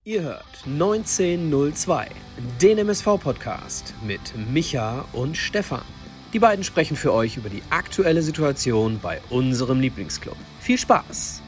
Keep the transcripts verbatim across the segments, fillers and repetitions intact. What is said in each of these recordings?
Ihr hört neunzehnhundertzwei, den M S V-Podcast mit Micha und Stefan. Die beiden sprechen für euch über die aktuelle Situation bei unserem Lieblingsclub. Viel Spaß!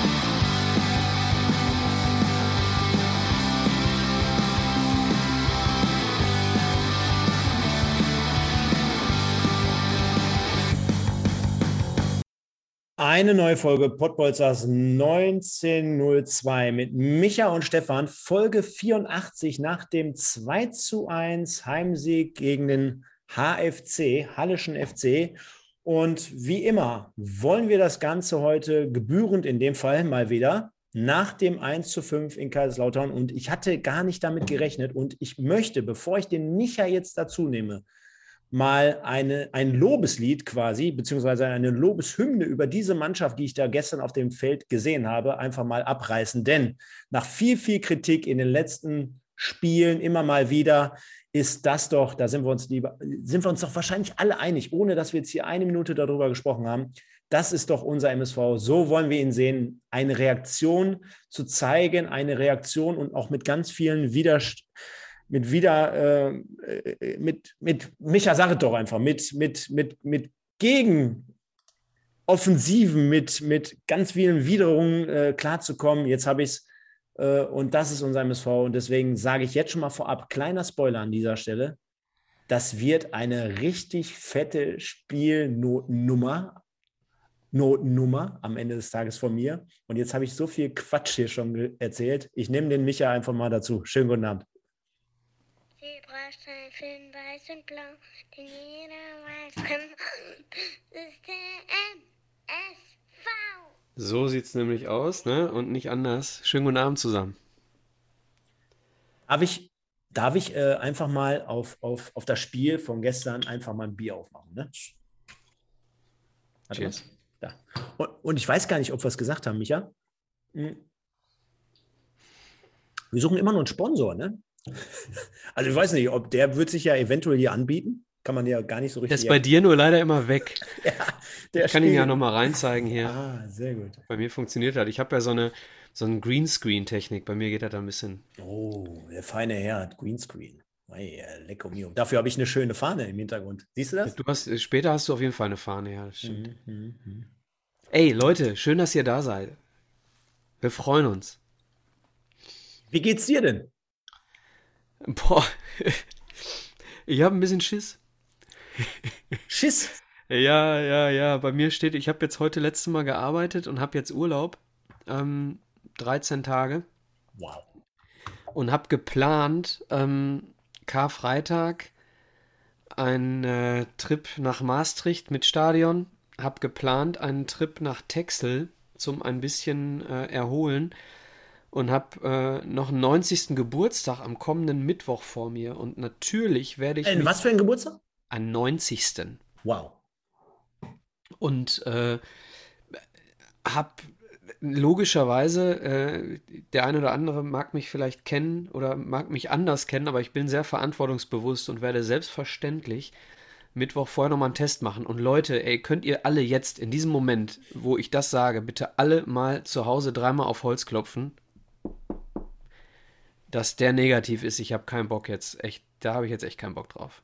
Eine neue Folge Pottbolzers neunzehnhundertzwei mit Micha und Stefan, Folge vierundachtzig nach dem zwei zu eins Heimsieg gegen den H F C, Hallischen F C. Und wie immer wollen wir das Ganze heute gebührend, in dem Fall mal wieder, nach dem eins zu fünf in Kaiserslautern. Und ich hatte gar nicht damit gerechnet und ich möchte, bevor ich den Micha jetzt dazu nehme, mal eine, ein Lobeslied quasi, beziehungsweise eine Lobeshymne über diese Mannschaft, die ich da gestern auf dem Feld gesehen habe, einfach mal abreißen. Denn nach viel, viel Kritik in den letzten Spielen immer mal wieder ist das doch, da sind wir uns lieber, sind wir uns doch wahrscheinlich alle einig, ohne dass wir jetzt hier eine Minute darüber gesprochen haben. Das ist doch unser M S V. So wollen wir ihn sehen. Eine Reaktion zu zeigen, eine Reaktion und auch mit ganz vielen Widerständen, mit wieder, äh, mit, mit, Micha, sag es doch einfach, mit, mit, mit, mit Gegenoffensiven, mit, mit ganz vielen Widerungen äh, klarzukommen. Jetzt habe ich es äh, und das ist unser M S V und deswegen sage ich jetzt schon mal vorab, kleiner Spoiler an dieser Stelle, das wird eine richtig fette Spielnotennummer, Notennummer am Ende des Tages von mir und jetzt habe ich so viel Quatsch hier schon erzählt. Ich nehme den Micha einfach mal dazu. Schönen guten Abend. Zebrastreifen, weiß und blau, denn jeder weiß, das ist der M S V. So sieht es nämlich aus, ne? Und nicht anders. Schönen guten Abend zusammen. Darf ich, darf ich äh, einfach mal auf, auf, auf das Spiel von gestern einfach mal ein Bier aufmachen, ne? Warte mal. Da. Und, und ich weiß gar nicht, ob wir es gesagt haben, Micha. Wir suchen immer noch einen Sponsor, ne? Also ich weiß nicht, ob der wird sich ja eventuell hier anbieten. Kann man ja gar nicht so richtig. Der ist bei dir nur leider immer weg. Ja, der ich kann ihn ja nochmal reinzeigen hier. Ah, sehr gut. Bei mir funktioniert das. Ich habe ja so eine, so eine Greenscreen-Technik. Bei mir geht das da ein bisschen. Oh, der feine Herr hat Greenscreen. Hey, lecker mio. Dafür habe ich eine schöne Fahne im Hintergrund. Siehst du das? Du hast, später hast du auf jeden Fall eine Fahne, ja, das stimmt. Mhm, mh. Ey, Leute, schön, dass ihr da seid. Wir freuen uns. Wie geht's dir denn? Boah, ich habe ein bisschen Schiss. Schiss? Ja, ja, ja. Bei mir steht, ich habe jetzt heute letztes Mal gearbeitet und habe jetzt Urlaub. Ähm, dreizehn Tage. Wow. Und habe geplant, ähm, Karfreitag einen äh, Trip nach Maastricht mit Stadion. Habe geplant einen Trip nach Texel zum ein bisschen äh, erholen. Und habe äh, noch einen neunzigsten Geburtstag am kommenden Mittwoch vor mir. Und natürlich werde ich. Äh, mich was für ein Geburtstag? Einen neunzigsten Wow. Und äh, habe logischerweise, äh, der eine oder andere mag mich vielleicht kennen oder mag mich anders kennen, aber ich bin sehr verantwortungsbewusst und werde selbstverständlich Mittwoch vorher nochmal einen Test machen. Und Leute, ey, könnt ihr alle jetzt in diesem Moment, wo ich das sage, bitte alle mal zu Hause dreimal auf Holz klopfen, dass der negativ ist. Ich habe keinen Bock jetzt. Echt, da habe ich jetzt echt keinen Bock drauf.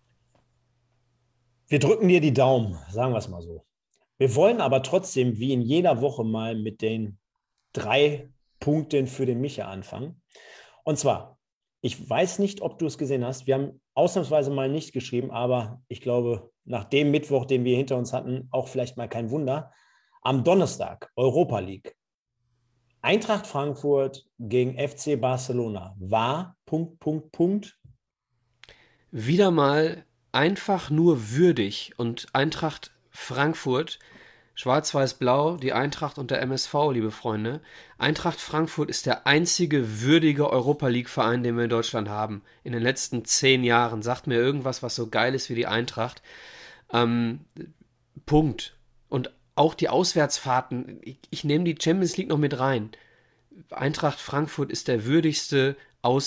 Wir drücken dir die Daumen, sagen wir es mal so. Wir wollen aber trotzdem, wie in jeder Woche, mal mit den drei Punkten für den Micha anfangen. Und zwar, ich weiß nicht, ob du es gesehen hast. Wir haben ausnahmsweise mal nicht geschrieben, aber ich glaube, nach dem Mittwoch, den wir hinter uns hatten, auch vielleicht mal kein Wunder. Am Donnerstag, Europa League. Eintracht Frankfurt gegen F C Barcelona war Punkt, Punkt, Punkt. Wieder mal einfach nur würdig und Eintracht Frankfurt, schwarz-weiß-blau, die Eintracht und der M S V, liebe Freunde. Eintracht Frankfurt ist der einzige würdige Europa-League-Verein, den wir in Deutschland haben. In den letzten zehn Jahren. Sagt mir irgendwas, was so geil ist wie die Eintracht. Ähm, Punkt. Und auch die Auswärtsfahrten, ich, ich nehme die Champions League noch mit rein. Eintracht Frankfurt ist der würdigste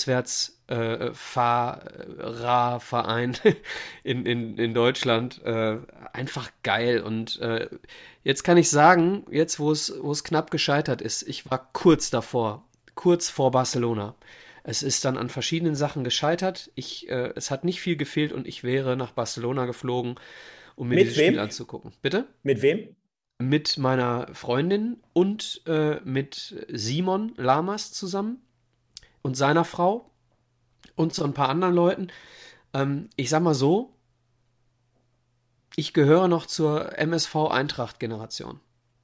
Auswärtsfahrerverein äh, in, in, in Deutschland. Äh, einfach geil. Und äh, jetzt kann ich sagen, jetzt wo es wo es knapp gescheitert ist, ich war kurz davor, kurz vor Barcelona. Es ist dann an verschiedenen Sachen gescheitert. Ich, äh, es hat nicht viel gefehlt und ich wäre nach Barcelona geflogen, um mir Mit dieses wem? Spiel anzugucken. Bitte? Mit wem? Mit meiner Freundin und äh, mit Simon Lamas zusammen und seiner Frau und so ein paar anderen Leuten. Ähm, ich sag mal so, ich gehöre noch zur M S V-Eintracht-Generation.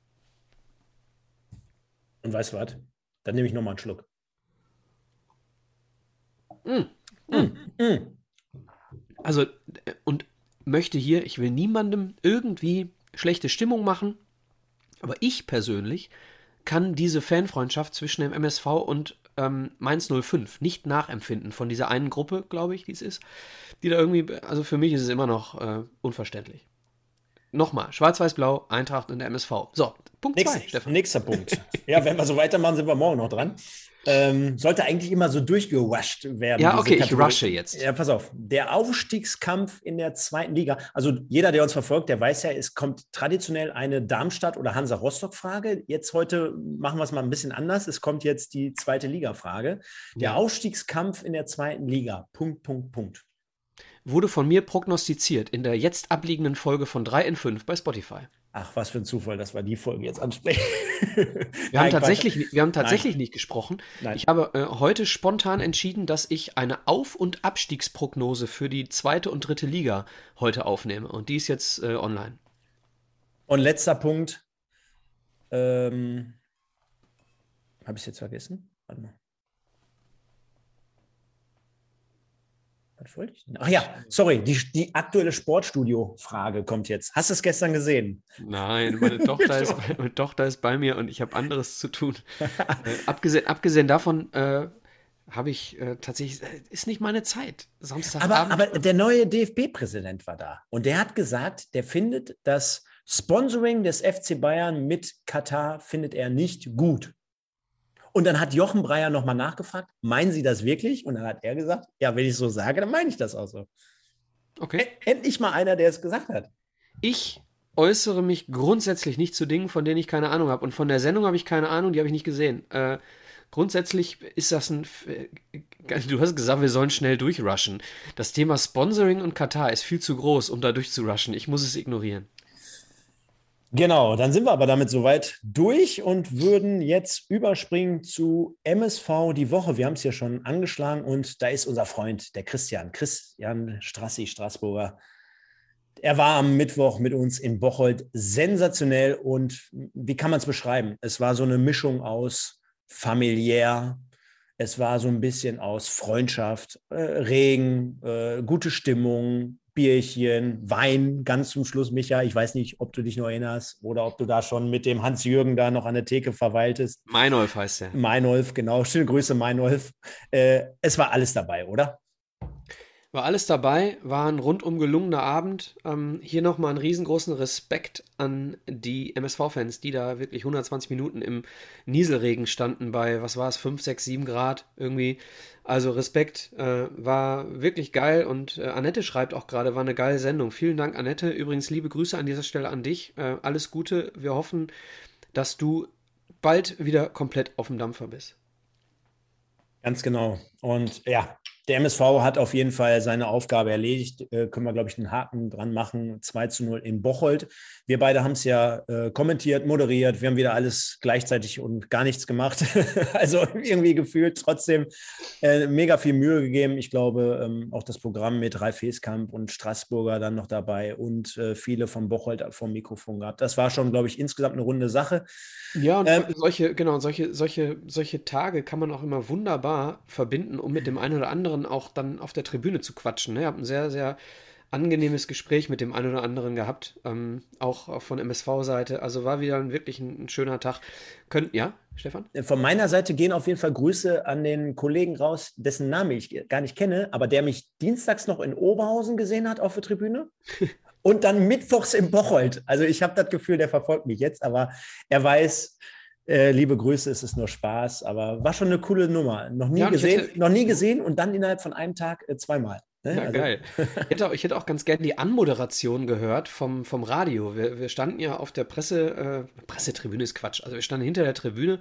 Und weißt du was? Dann nehme ich nochmal einen Schluck. Mm. Mm, mm. Also, äh, und möchte hier, ich will niemandem irgendwie schlechte Stimmung machen, aber ich persönlich kann diese Fanfreundschaft zwischen dem M S V und ähm, Mainz null fünf nicht nachempfinden von dieser einen Gruppe, glaube ich, die es ist, die da irgendwie, also für mich ist es immer noch äh, unverständlich. Nochmal, Schwarz-Weiß-Blau, Eintracht und der M S V. So, Punkt zwei, Nächster, Stefan. nächster Punkt. Ja, wenn wir so weitermachen, sind wir morgen noch dran. Ähm, sollte eigentlich immer so durchgerusht werden. Ja, diese okay, ich Kategorie. rushe jetzt. Ja, pass auf. Der Aufstiegskampf in der zweiten Liga. Also jeder, der uns verfolgt, der weiß ja, es kommt traditionell eine Darmstadt- oder Hansa-Rostock-Frage. Jetzt heute machen wir es mal ein bisschen anders. Es kommt jetzt die zweite Liga-Frage. Der Ja. Aufstiegskampf in der zweiten Liga. Punkt, Punkt, Punkt. Wurde von mir prognostiziert in der jetzt abliegenden Folge von drei in fünf bei Spotify. Ach, was für ein Zufall, dass wir die Folge jetzt ansprechen. Wir haben tatsächlich, wir haben tatsächlich nicht gesprochen. Nein. Ich habe äh, heute spontan entschieden, dass ich eine Auf- und Abstiegsprognose für die zweite und dritte Liga heute aufnehme. Und die ist jetzt äh, online. Und letzter Punkt. Ähm, Habe ich es jetzt vergessen? Warte mal. Was wollte ich denn? Ach ja, sorry, die, die aktuelle Sportstudio-Frage kommt jetzt. Hast du es gestern gesehen? Nein, meine Tochter, ist, meine Tochter ist bei mir und ich habe anderes zu tun. äh, abgesehen, abgesehen davon äh, habe ich äh, tatsächlich, äh, ist nicht meine Zeit. Aber, Samstagabend. aber der neue D F B-Präsident war da und der hat gesagt, der findet das Sponsoring des F C Bayern mit Katar findet er nicht gut. Und dann hat Jochen Breyer nochmal nachgefragt, meinen Sie das wirklich? Und dann hat er gesagt, ja, wenn ich so sage, dann meine ich das auch so. Okay. E- Endlich mal einer, der es gesagt hat. Ich äußere mich grundsätzlich nicht zu Dingen, von denen ich keine Ahnung habe. Und von der Sendung habe ich keine Ahnung, die habe ich nicht gesehen. Äh, grundsätzlich ist das ein. äh, Du hast gesagt, wir sollen schnell durchrushen. Das Thema Sponsoring und Katar ist viel zu groß, um da durchzurushen. Ich muss es ignorieren. Genau, dann sind wir aber damit soweit durch und würden jetzt überspringen zu M S V die Woche. Wir haben es ja schon angeschlagen und da ist unser Freund, der Christian, Christian Strassi, Straßburger. Er war am Mittwoch mit uns in Bocholt sensationell und wie kann man es beschreiben? Es war so eine Mischung aus familiär, es war so ein bisschen aus Freundschaft, äh, Regen, äh, gute Stimmung, Bierchen, Wein, ganz zum Schluss, Micha. Ich weiß nicht, ob du dich noch erinnerst oder ob du da schon mit dem Hans-Jürgen da noch an der Theke verweiltest. Meinolf heißt der. Meinolf, genau. Schöne Grüße, Meinolf. Äh, es war alles dabei, oder? War alles dabei, war ein rundum gelungener Abend. Ähm, hier nochmal einen riesengroßen Respekt an die M S V-Fans, die da wirklich hundertzwanzig Minuten im Nieselregen standen bei, was war es, fünf, sechs, sieben Grad irgendwie. Also Respekt, äh, war wirklich geil und äh, Annette schreibt auch gerade, war eine geile Sendung. Vielen Dank, Annette. Übrigens liebe Grüße an dieser Stelle an dich. Äh, alles Gute. Wir hoffen, dass du bald wieder komplett auf dem Dampfer bist. Ganz genau. Und ja, der M S V hat auf jeden Fall seine Aufgabe erledigt. Äh, können wir, glaube ich, einen Haken dran machen. zwei zu null in Bocholt. Wir beide haben es ja äh, kommentiert, moderiert. Wir haben wieder alles gleichzeitig und gar nichts gemacht. Also irgendwie gefühlt trotzdem äh, mega viel Mühe gegeben. Ich glaube, ähm, auch das Programm mit Ralf Heeskamp und Straßburger dann noch dabei und äh, viele von Bocholt vom Mikrofon gehabt. Das war schon, glaube ich, insgesamt eine runde Sache. Ja, und Ähm, solche, genau, solche, solche, solche Tage kann man auch immer wunderbar verbinden, um mit dem einen oder anderen auch dann auf der Tribüne zu quatschen. Ne? Ich habe ein sehr, sehr angenehmes Gespräch mit dem einen oder anderen gehabt, ähm, auch, auch von M S V-Seite. Also war wieder ein, wirklich ein, ein schöner Tag. Könnt, ja, Stefan? Von meiner Seite gehen auf jeden Fall Grüße an den Kollegen raus, dessen Namen ich gar nicht kenne, aber der mich dienstags noch in Oberhausen gesehen hat auf der Tribüne und dann mittwochs in Bocholt. Also ich habe das Gefühl, der verfolgt mich jetzt, aber er weiß, äh, liebe Grüße, es ist nur Spaß, aber war schon eine coole Nummer. Noch nie Ja, und ich gesehen, hätte- noch nie gesehen und dann innerhalb von einem Tag äh, zweimal. Ne? Ja, Also- geil. Ich hätte, auch, ich hätte auch ganz gerne die Anmoderation gehört vom, vom Radio. Wir, wir standen ja auf der Presse, äh, Pressetribüne ist Quatsch. Also wir standen hinter der Tribüne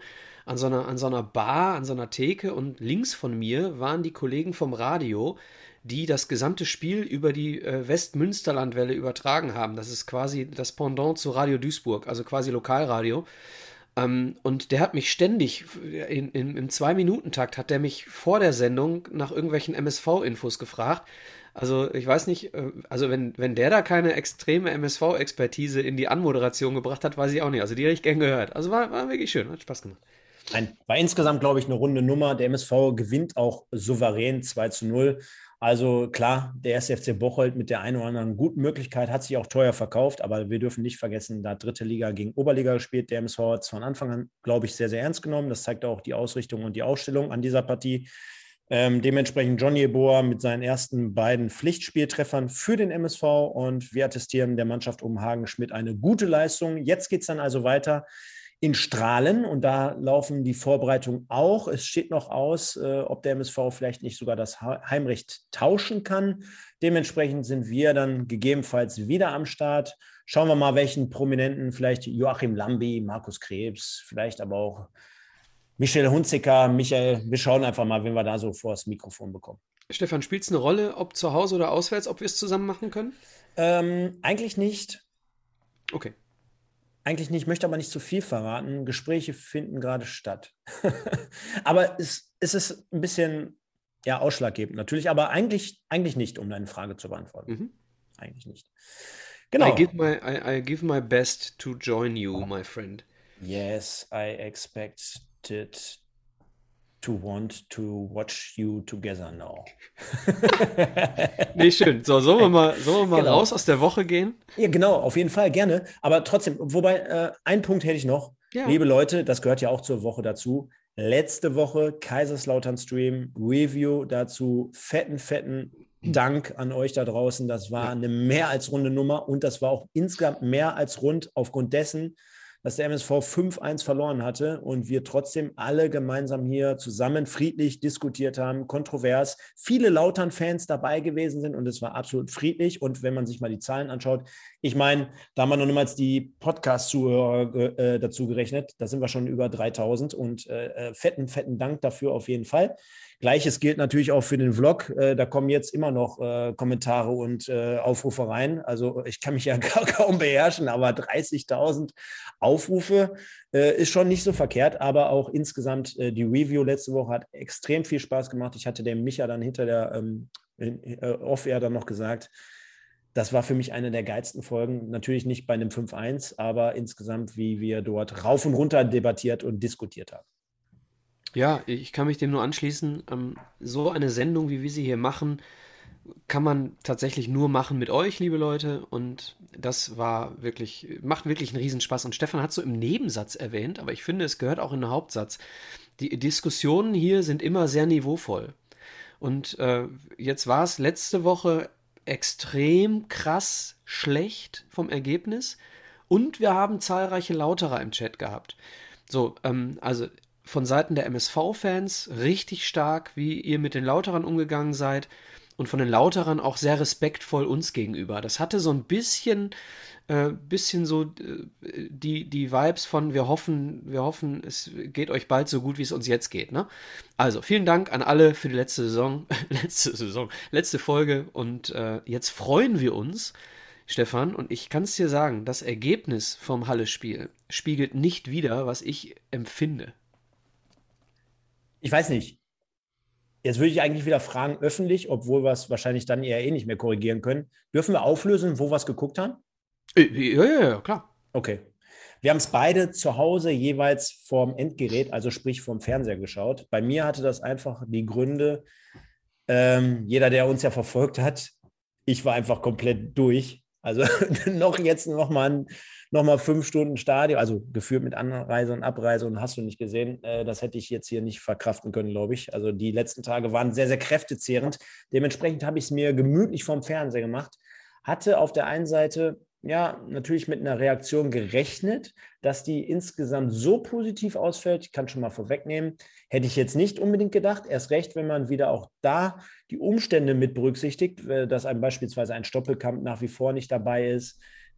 an so einer, an so einer Bar, an so einer Theke und links von mir waren die Kollegen vom Radio, die das gesamte Spiel über die äh, Westmünsterlandwelle übertragen haben. Das ist quasi das Pendant zu Radio Duisburg, also quasi Lokalradio. Ähm, und der hat mich ständig, in, in, im Zwei-Minuten-Takt hat der mich vor der Sendung nach irgendwelchen M S V-Infos gefragt. Also ich weiß nicht, äh, also wenn, wenn der da keine extreme M S V-Expertise in die Anmoderation gebracht hat, weiß ich auch nicht. Also die hätte ich gern gehört. Also war, war wirklich schön, hat Spaß gemacht. Nein, war insgesamt, glaube ich, eine runde Nummer. Der M S V gewinnt auch souverän zwei zu null. Also klar, der erste F C Bocholt mit der einen oder anderen guten Möglichkeit hat sich auch teuer verkauft, aber wir dürfen nicht vergessen, da hat dritte Liga gegen Oberliga gespielt. Der M S V hat es von Anfang an, glaube ich, sehr, sehr ernst genommen. Das zeigt auch die Ausrichtung und die Ausstellung an dieser Partie. Ähm, dementsprechend Johnny Yeboah mit seinen ersten beiden Pflichtspieltreffern für den M S V und wir attestieren der Mannschaft um Hagen-Schmidt eine gute Leistung. Jetzt geht es dann also weiter in Strahlen und da laufen die Vorbereitungen auch. Es steht noch aus, äh, ob der M S V vielleicht nicht sogar das Heimrecht tauschen kann. Dementsprechend sind wir dann gegebenenfalls wieder am Start. Schauen wir mal, welchen Prominenten, vielleicht Joachim Lambi, Markus Krebs, vielleicht aber auch Michel Hunziker, Michael. Wir schauen einfach mal, wen wir da so vor das Mikrofon bekommen. Stefan, spielt es eine Rolle, ob zu Hause oder auswärts, ob wir es zusammen machen können? Ähm, eigentlich nicht. Okay. Eigentlich nicht, möchte aber nicht zu viel verraten. Gespräche finden gerade statt. Aber es, es ist ein bisschen ja, ausschlaggebend natürlich, aber eigentlich, eigentlich nicht, um deine Frage zu beantworten. Mhm. Eigentlich nicht. I Genau. give my, I, I give my best to join you, my friend. Yes, I expected to want to watch you together now. Nee, schön. So, sollen wir mal, sollen wir mal Genau. raus aus der Woche gehen? Ja, genau, auf jeden Fall, gerne. Aber trotzdem, wobei, äh, ein Punkt hätte ich noch. Ja. Liebe Leute, das gehört ja auch zur Woche dazu. Letzte Woche Kaiserslautern-Stream, Review dazu. Fetten, fetten Dank an euch da draußen. Das war Ja. eine mehr als runde Nummer und das war auch insgesamt mehr als rund aufgrund dessen, dass der M S V fünf eins verloren hatte und wir trotzdem alle gemeinsam hier zusammen friedlich diskutiert haben, kontrovers, viele Lautern-Fans dabei gewesen sind und es war absolut friedlich. Und wenn man sich mal die Zahlen anschaut, ich meine, da haben wir noch niemals die Podcast-Zuhörer äh, dazu gerechnet, da sind wir schon über dreitausend und äh, fetten, fetten Dank dafür auf jeden Fall. Gleiches gilt natürlich auch für den Vlog. Äh, da kommen jetzt immer noch äh, Kommentare und äh, Aufrufe rein. Also ich kann mich ja kaum beherrschen, aber dreißigtausend Aufrufe äh, ist schon nicht so verkehrt. Aber auch insgesamt äh, die Review letzte Woche hat extrem viel Spaß gemacht. Ich hatte dem Micha dann hinter der ähm, äh, Off-Air dann noch gesagt, das war für mich eine der geilsten Folgen. Natürlich nicht bei einem fünf eins, aber insgesamt, wie wir dort rauf und runter debattiert und diskutiert haben. Ja, ich kann mich dem nur anschließen. Ähm, so eine Sendung, wie wir sie hier machen, kann man tatsächlich nur machen mit euch, liebe Leute. Und das war wirklich, macht wirklich einen Riesenspaß. Und Stefan hat so im Nebensatz erwähnt, aber ich finde, es gehört auch in den Hauptsatz. Die Diskussionen hier sind immer sehr niveauvoll. Und äh, jetzt war es letzte Woche extrem krass schlecht vom Ergebnis. Und wir haben zahlreiche Lauterer im Chat gehabt. So, ähm, also von Seiten der M S V-Fans richtig stark, wie ihr mit den Lauterern umgegangen seid und von den Lauterern auch sehr respektvoll uns gegenüber. Das hatte so ein bisschen, äh, bisschen so äh, die, die Vibes von wir hoffen, wir hoffen, es geht euch bald so gut, wie es uns jetzt geht. Ne? Also vielen Dank an alle für die letzte Saison, letzte Saison, letzte Folge und äh, jetzt freuen wir uns, Stefan, und ich kann es dir sagen, das Ergebnis vom Halle-Spiel spiegelt nicht wider, was ich empfinde. Ich weiß nicht. Jetzt würde ich eigentlich wieder fragen, öffentlich, obwohl wir es wahrscheinlich dann eher eh nicht mehr korrigieren können. Dürfen wir auflösen, wo wir es geguckt haben? Ja, ja, ja, klar. Okay. Wir haben es beide zu Hause jeweils vorm Endgerät, also sprich vorm Fernseher geschaut. Bei mir hatte das einfach die Gründe, ähm, jeder, der uns ja verfolgt hat, ich war einfach komplett durch. Also noch jetzt noch mal, noch mal fünf Stunden Stadion, also geführt mit Anreise und Abreise und hast du nicht gesehen, äh, das hätte ich jetzt hier nicht verkraften können, glaube ich. Also die letzten Tage waren sehr, sehr kräftezehrend. Dementsprechend habe ich es mir gemütlich vorm Fernseher gemacht. Hatte auf der einen Seite ja natürlich mit einer Reaktion gerechnet, dass die insgesamt so positiv ausfällt. Ich kann schon mal vorwegnehmen, hätte ich jetzt nicht unbedingt gedacht. Erst recht, wenn man wieder auch da die Umstände mit berücksichtigt, dass einem beispielsweise ein Stoppelkamp nach wie vor nicht dabei ist,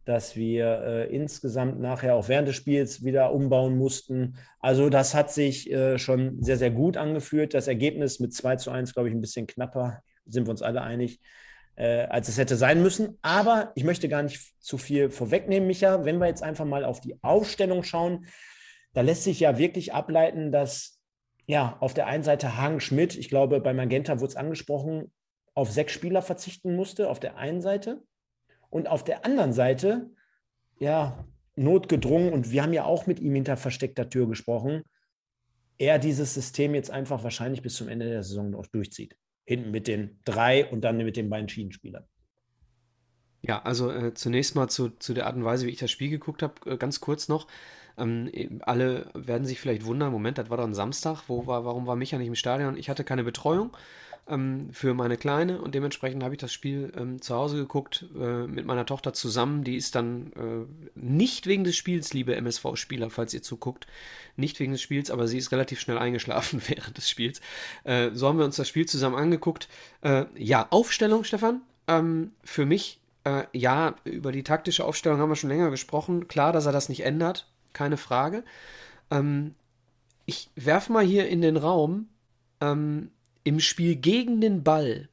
dass wir äh, insgesamt nachher auch während des Spiels wieder umbauen mussten. Also das hat sich äh, schon sehr, sehr gut angefühlt. Das Ergebnis mit zwei zu eins, glaube ich, ein bisschen knapper, sind wir uns alle einig, äh, als es hätte sein müssen. Aber ich möchte gar nicht zu viel vorwegnehmen, Micha. Wenn wir jetzt einfach mal auf die Aufstellung schauen, da lässt sich ja wirklich ableiten, dass ja auf der einen Seite Hagen Schmidt, ich glaube, bei Magenta wurde es angesprochen, auf sechs Spieler verzichten musste, auf der einen Seite. Und auf der anderen Seite, ja, notgedrungen, und wir haben ja auch mit ihm hinter versteckter Tür gesprochen, er dieses System jetzt einfach wahrscheinlich bis zum Ende der Saison noch durchzieht. Hinten mit den drei und dann mit den beiden Schienenspielern. Ja, also äh, zunächst mal zu, zu der Art und Weise, wie ich das Spiel geguckt habe, äh, ganz kurz noch. Ähm, eben alle werden sich vielleicht wundern, Moment, das war doch ein Samstag, wo war, warum war Micha nicht im Stadion? Ich hatte keine Betreuung ähm, für meine Kleine und dementsprechend habe ich das Spiel ähm, zu Hause geguckt äh, mit meiner Tochter zusammen. Die ist dann äh, nicht wegen des Spiels, liebe M S V-Spieler, falls ihr zuguckt, nicht wegen des Spiels, aber sie ist relativ schnell eingeschlafen während des Spiels. Äh, so haben wir uns das Spiel zusammen angeguckt. Äh, ja, Aufstellung, Stefan, ähm, für mich. Äh, ja, über die taktische Aufstellung haben wir schon länger gesprochen. Klar, dass er das nicht ändert, keine Frage. Ähm, ich werfe mal hier in den Raum, ähm, im Spiel gegen den Ball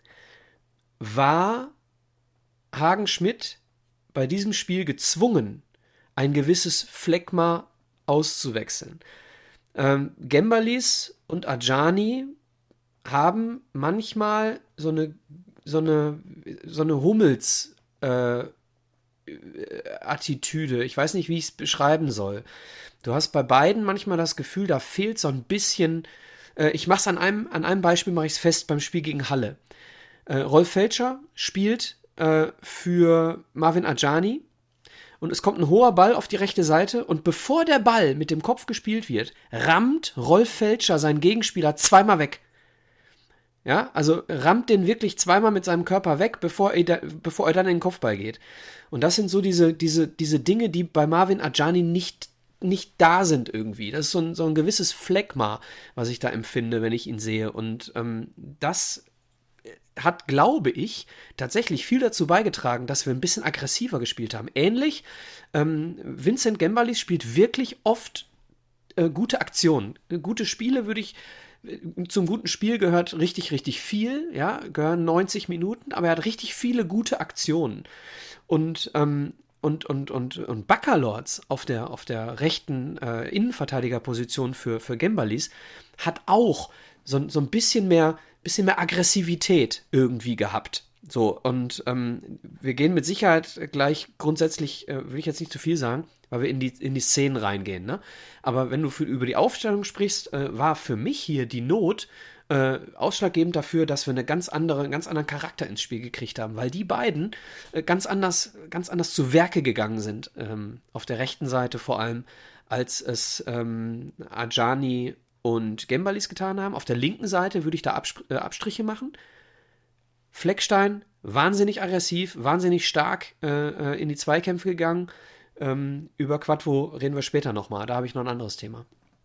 war Hagen Schmidt bei diesem Spiel gezwungen, ein gewisses Phlegma auszuwechseln. Ähm, Gembalis und Ajani haben manchmal so eine so eine so eine Hummels äh, Attitüde. Ich weiß nicht, wie ich es beschreiben soll. Du hast bei beiden manchmal das Gefühl, da fehlt so ein bisschen. Äh, ich mache es an einem an einem Beispiel mache ich es fest beim Spiel gegen Halle. Äh, Rolf Felscher spielt äh, für Marvin Ajani. Und es kommt ein hoher Ball auf die rechte Seite und bevor der Ball mit dem Kopf gespielt wird, rammt Rolf Felscher seinen Gegenspieler zweimal weg. Ja, also rammt den wirklich zweimal mit seinem Körper weg, bevor er, da, bevor er dann in den Kopfball geht. Und das sind so diese, diese, diese Dinge, die bei Marvin Ajani nicht, nicht da sind irgendwie. Das ist so ein, so ein gewisses Phlegma, was ich da empfinde, wenn ich ihn sehe. Und ähm, das hat, glaube ich, tatsächlich viel dazu beigetragen, dass wir ein bisschen aggressiver gespielt haben. Ähnlich, ähm, Vincent Gembalis spielt wirklich oft äh, gute Aktionen. Gute Spiele würde ich, zum guten Spiel gehört richtig, richtig viel, ja, gehören neunzig Minuten, aber er hat richtig viele gute Aktionen. Und, ähm, und, und, und, und Baccalords auf der, auf der rechten äh, Innenverteidigerposition für, für Gembalis hat auch so, so ein bisschen mehr bisschen mehr Aggressivität irgendwie gehabt. So, und ähm, wir gehen mit Sicherheit gleich grundsätzlich, äh, will ich jetzt nicht zu viel sagen, weil wir in die, in die Szenen reingehen, ne? Aber wenn du für, über die Aufstellung sprichst, äh, war für mich hier die Not äh, ausschlaggebend dafür, dass wir eine ganz andere, einen ganz anderen Charakter ins Spiel gekriegt haben, weil die beiden äh, ganz anders, ganz anders zu Werke gegangen sind, ähm, auf der rechten Seite vor allem, als es ähm, Ajani und Gembalis getan haben. Auf der linken Seite würde ich da Abspr- äh, Abstriche machen. Fleckstein, wahnsinnig aggressiv, wahnsinnig stark äh, in die Zweikämpfe gegangen. Ähm, über Quattro reden wir später nochmal. Da habe ich noch ein anderes Thema.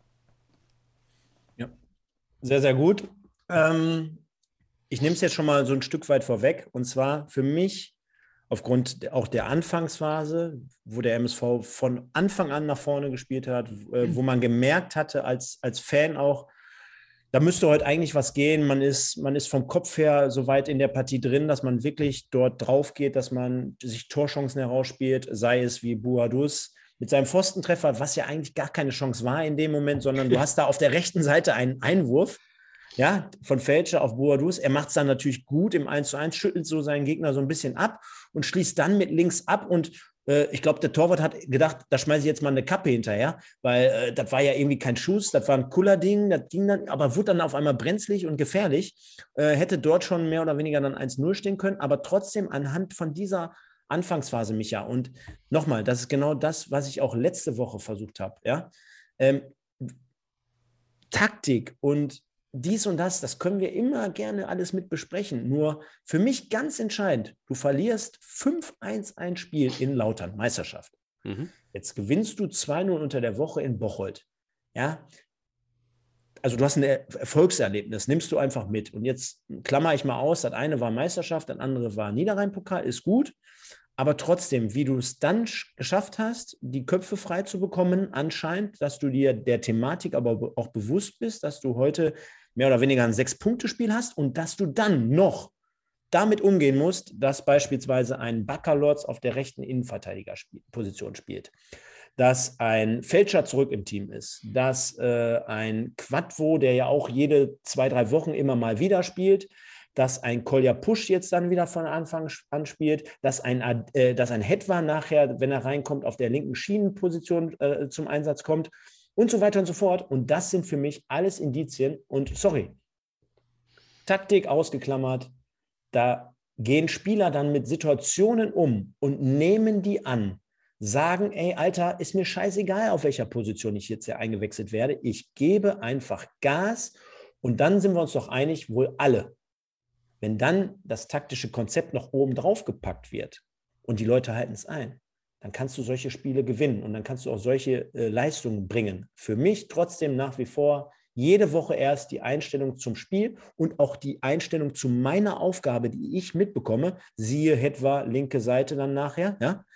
Ja, sehr, sehr gut. Ähm, ich nehme es jetzt schon mal so ein Stück weit vorweg. Und zwar für mich, aufgrund auch der Anfangsphase, wo der M S V von Anfang an nach vorne gespielt hat, wo man gemerkt hatte als, als Fan auch, da müsste heute eigentlich was gehen. Man ist, man ist vom Kopf her so weit in der Partie drin, dass man wirklich dort drauf geht, dass man sich Torchancen herausspielt, sei es wie Buadus mit seinem Pfostentreffer, was ja eigentlich gar keine Chance war in dem Moment, sondern du hast da auf der rechten Seite einen Einwurf, ja, von Felscher auf Buadus. Er macht es dann natürlich gut im eins zu eins, schüttelt so seinen Gegner so ein bisschen ab und schließt dann mit links ab. Und äh, ich glaube, der Torwart hat gedacht, da schmeiße ich jetzt mal eine Kappe hinterher, weil äh, das war ja irgendwie kein Schuss, das war ein cooler Ding, das ging dann, aber wurde dann auf einmal brenzlig und gefährlich. Äh, hätte dort schon mehr oder weniger dann eins null stehen können, aber trotzdem anhand von dieser Anfangsphase, Micha. Und nochmal, das ist genau das, was ich auch letzte Woche versucht habe. Ja? Ähm, Taktik und dies und das, das können wir immer gerne alles mit besprechen. Nur für mich ganz entscheidend, du verlierst fünf eins ein Spiel in Lautern, Meisterschaft. Mhm. Jetzt gewinnst du zwei null unter der Woche in Bocholt. Ja, also du hast ein Erfolgserlebnis, nimmst du einfach mit. Und jetzt klammer ich mal aus, das eine war Meisterschaft, das andere war Niederrhein-Pokal, ist gut. Aber trotzdem, wie du es dann geschafft hast, die Köpfe frei zu bekommen, anscheinend, dass du dir der Thematik aber auch bewusst bist, dass du heute mehr oder weniger ein Sechs-Punkte-Spiel hast und dass du dann noch damit umgehen musst, dass beispielsweise ein Baccalords auf der rechten Innenverteidigerposition spielt, dass ein Fälscher zurück im Team ist, dass äh, ein Quadvo, der ja auch jede zwei, drei Wochen immer mal wieder spielt, dass ein Kolja Pusch jetzt dann wieder von Anfang an spielt, dass ein, äh, dass ein Hetwa nachher, wenn er reinkommt, auf der linken Schienenposition äh, zum Einsatz kommt und so weiter und so fort. Und das sind für mich alles Indizien. Und sorry, Taktik ausgeklammert, da gehen Spieler dann mit Situationen um und nehmen die an, sagen, ey, Alter, ist mir scheißegal, auf welcher Position ich jetzt hier eingewechselt werde. Ich gebe einfach Gas und dann sind wir uns doch einig, wohl alle. Wenn dann das taktische Konzept noch oben drauf gepackt wird und die Leute halten es ein, dann kannst du solche Spiele gewinnen und dann kannst du auch solche äh, Leistungen bringen. Für mich trotzdem nach wie vor jede Woche erst die Einstellung zum Spiel und auch die Einstellung zu meiner Aufgabe, die ich mitbekomme, siehe etwa linke Seite dann nachher. Ja?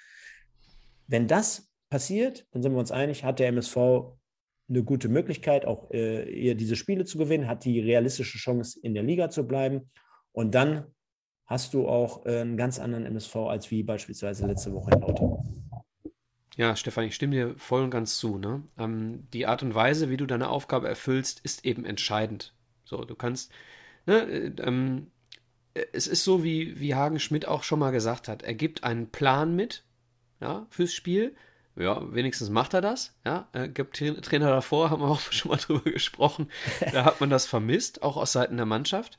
Wenn das passiert, dann sind wir uns einig, hat der M S V eine gute Möglichkeit, auch äh, eher diese Spiele zu gewinnen, hat die realistische Chance, in der Liga zu bleiben. Und dann hast du auch äh, einen ganz anderen M S V als wie beispielsweise letzte Woche in Lautern. Ja, Stefan, ich stimme dir voll und ganz zu. Ne? Ähm, die Art und Weise, wie du deine Aufgabe erfüllst, ist eben entscheidend. So, du kannst, ne, äh, ähm, es ist so, wie, wie Hagen Schmidt auch schon mal gesagt hat. Er gibt einen Plan mit, ja, fürs Spiel. Ja, wenigstens macht er das. Ja, äh, gibt Tra- Trainer davor, haben wir auch schon mal drüber gesprochen. Da hat man das vermisst, auch aus Seiten der Mannschaft.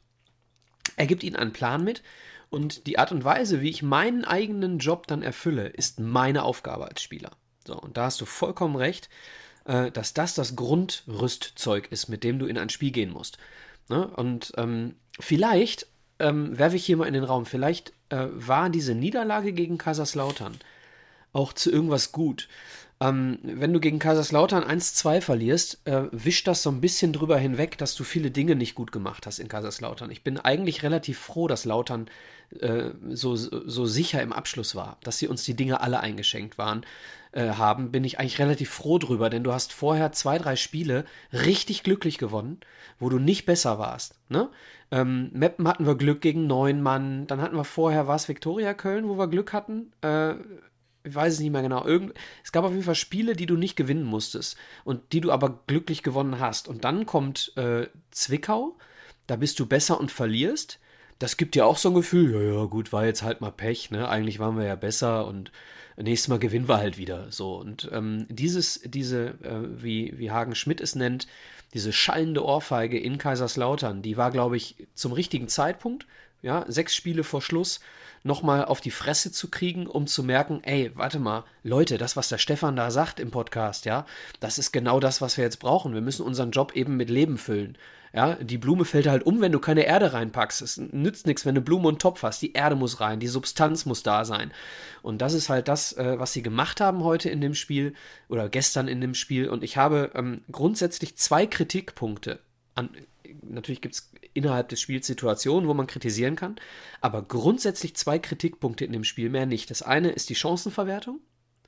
Er gibt ihnen einen Plan mit und die Art und Weise, wie ich meinen eigenen Job dann erfülle, ist meine Aufgabe als Spieler. So, und da hast du vollkommen recht, äh, dass das das Grundrüstzeug ist, mit dem du in ein Spiel gehen musst. Ne? Und ähm, vielleicht ähm, werfe ich hier mal in den Raum, vielleicht äh, war diese Niederlage gegen Kaiserslautern auch zu irgendwas gut. Ähm, wenn du gegen Kaiserslautern eins zwei verlierst, äh, wischt das so ein bisschen drüber hinweg, dass du viele Dinge nicht gut gemacht hast in Kaiserslautern. Ich bin eigentlich relativ froh, dass Lautern äh, so, so sicher im Abschluss war, dass sie uns die Dinge alle eingeschenkt waren, äh, haben, bin ich eigentlich relativ froh drüber, denn du hast vorher zwei, drei Spiele richtig glücklich gewonnen, wo du nicht besser warst. Ne? Ähm, Meppen hatten wir Glück gegen neun Mann, dann hatten wir vorher, war es Viktoria Köln, wo wir Glück hatten, äh, ich weiß es nicht mehr genau. Irgend, es gab auf jeden Fall Spiele, die du nicht gewinnen musstest und die du aber glücklich gewonnen hast. Und dann kommt äh, Zwickau, da bist du besser und verlierst. Das gibt dir auch so ein Gefühl, ja, ja, gut, war jetzt halt mal Pech, ne? Eigentlich waren wir ja besser und nächstes Mal gewinnen wir halt wieder. So. Und ähm, dieses, diese, äh, wie, wie Hagen Schmidt es nennt, diese schallende Ohrfeige in Kaiserslautern, die war, glaube ich, zum richtigen Zeitpunkt, ja, sechs Spiele vor Schluss, nochmal auf die Fresse zu kriegen, um zu merken, ey, warte mal, Leute, das, was der Stefan da sagt im Podcast, ja, das ist genau das, was wir jetzt brauchen. Wir müssen unseren Job eben mit Leben füllen. Ja, die Blume fällt halt um, wenn du keine Erde reinpackst. Es nützt nichts, wenn du Blume und Topf hast. Die Erde muss rein, die Substanz muss da sein. Und das ist halt das, äh, was sie gemacht haben heute in dem Spiel oder gestern in dem Spiel. Und ich habe ähm, grundsätzlich zwei Kritikpunkte an. Natürlich gibt es innerhalb des Spiels Situationen, wo man kritisieren kann, aber grundsätzlich zwei Kritikpunkte in dem Spiel, mehr nicht. Das eine ist die Chancenverwertung,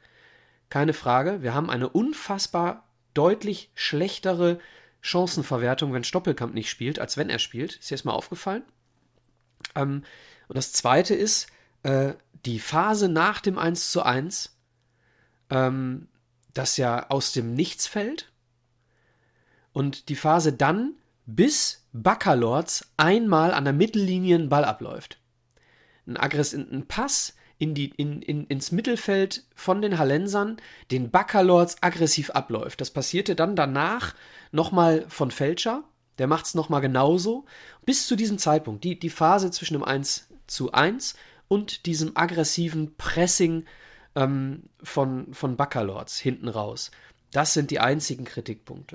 keine Frage. Wir haben eine unfassbar deutlich schlechtere Chancenverwertung, wenn Stoppelkamp nicht spielt, als wenn er spielt. Ist dir das mal aufgefallen? Ähm, und das zweite ist äh, die Phase nach dem eins zu eins, ähm, das ja aus dem Nichts fällt, und die Phase dann, bis Baccalords einmal an der Mittellinie einen Ball abläuft. Ein, Aggress ein Pass in die, in, in, ins Mittelfeld von den Hallensern, den Baccalords aggressiv abläuft. Das passierte dann danach nochmal von Fälscher, der macht es nochmal genauso. Bis zu diesem Zeitpunkt, die, die Phase zwischen dem eins zu eins und diesem aggressiven Pressing ähm, von, von Baccalords hinten raus. Das sind die einzigen Kritikpunkte.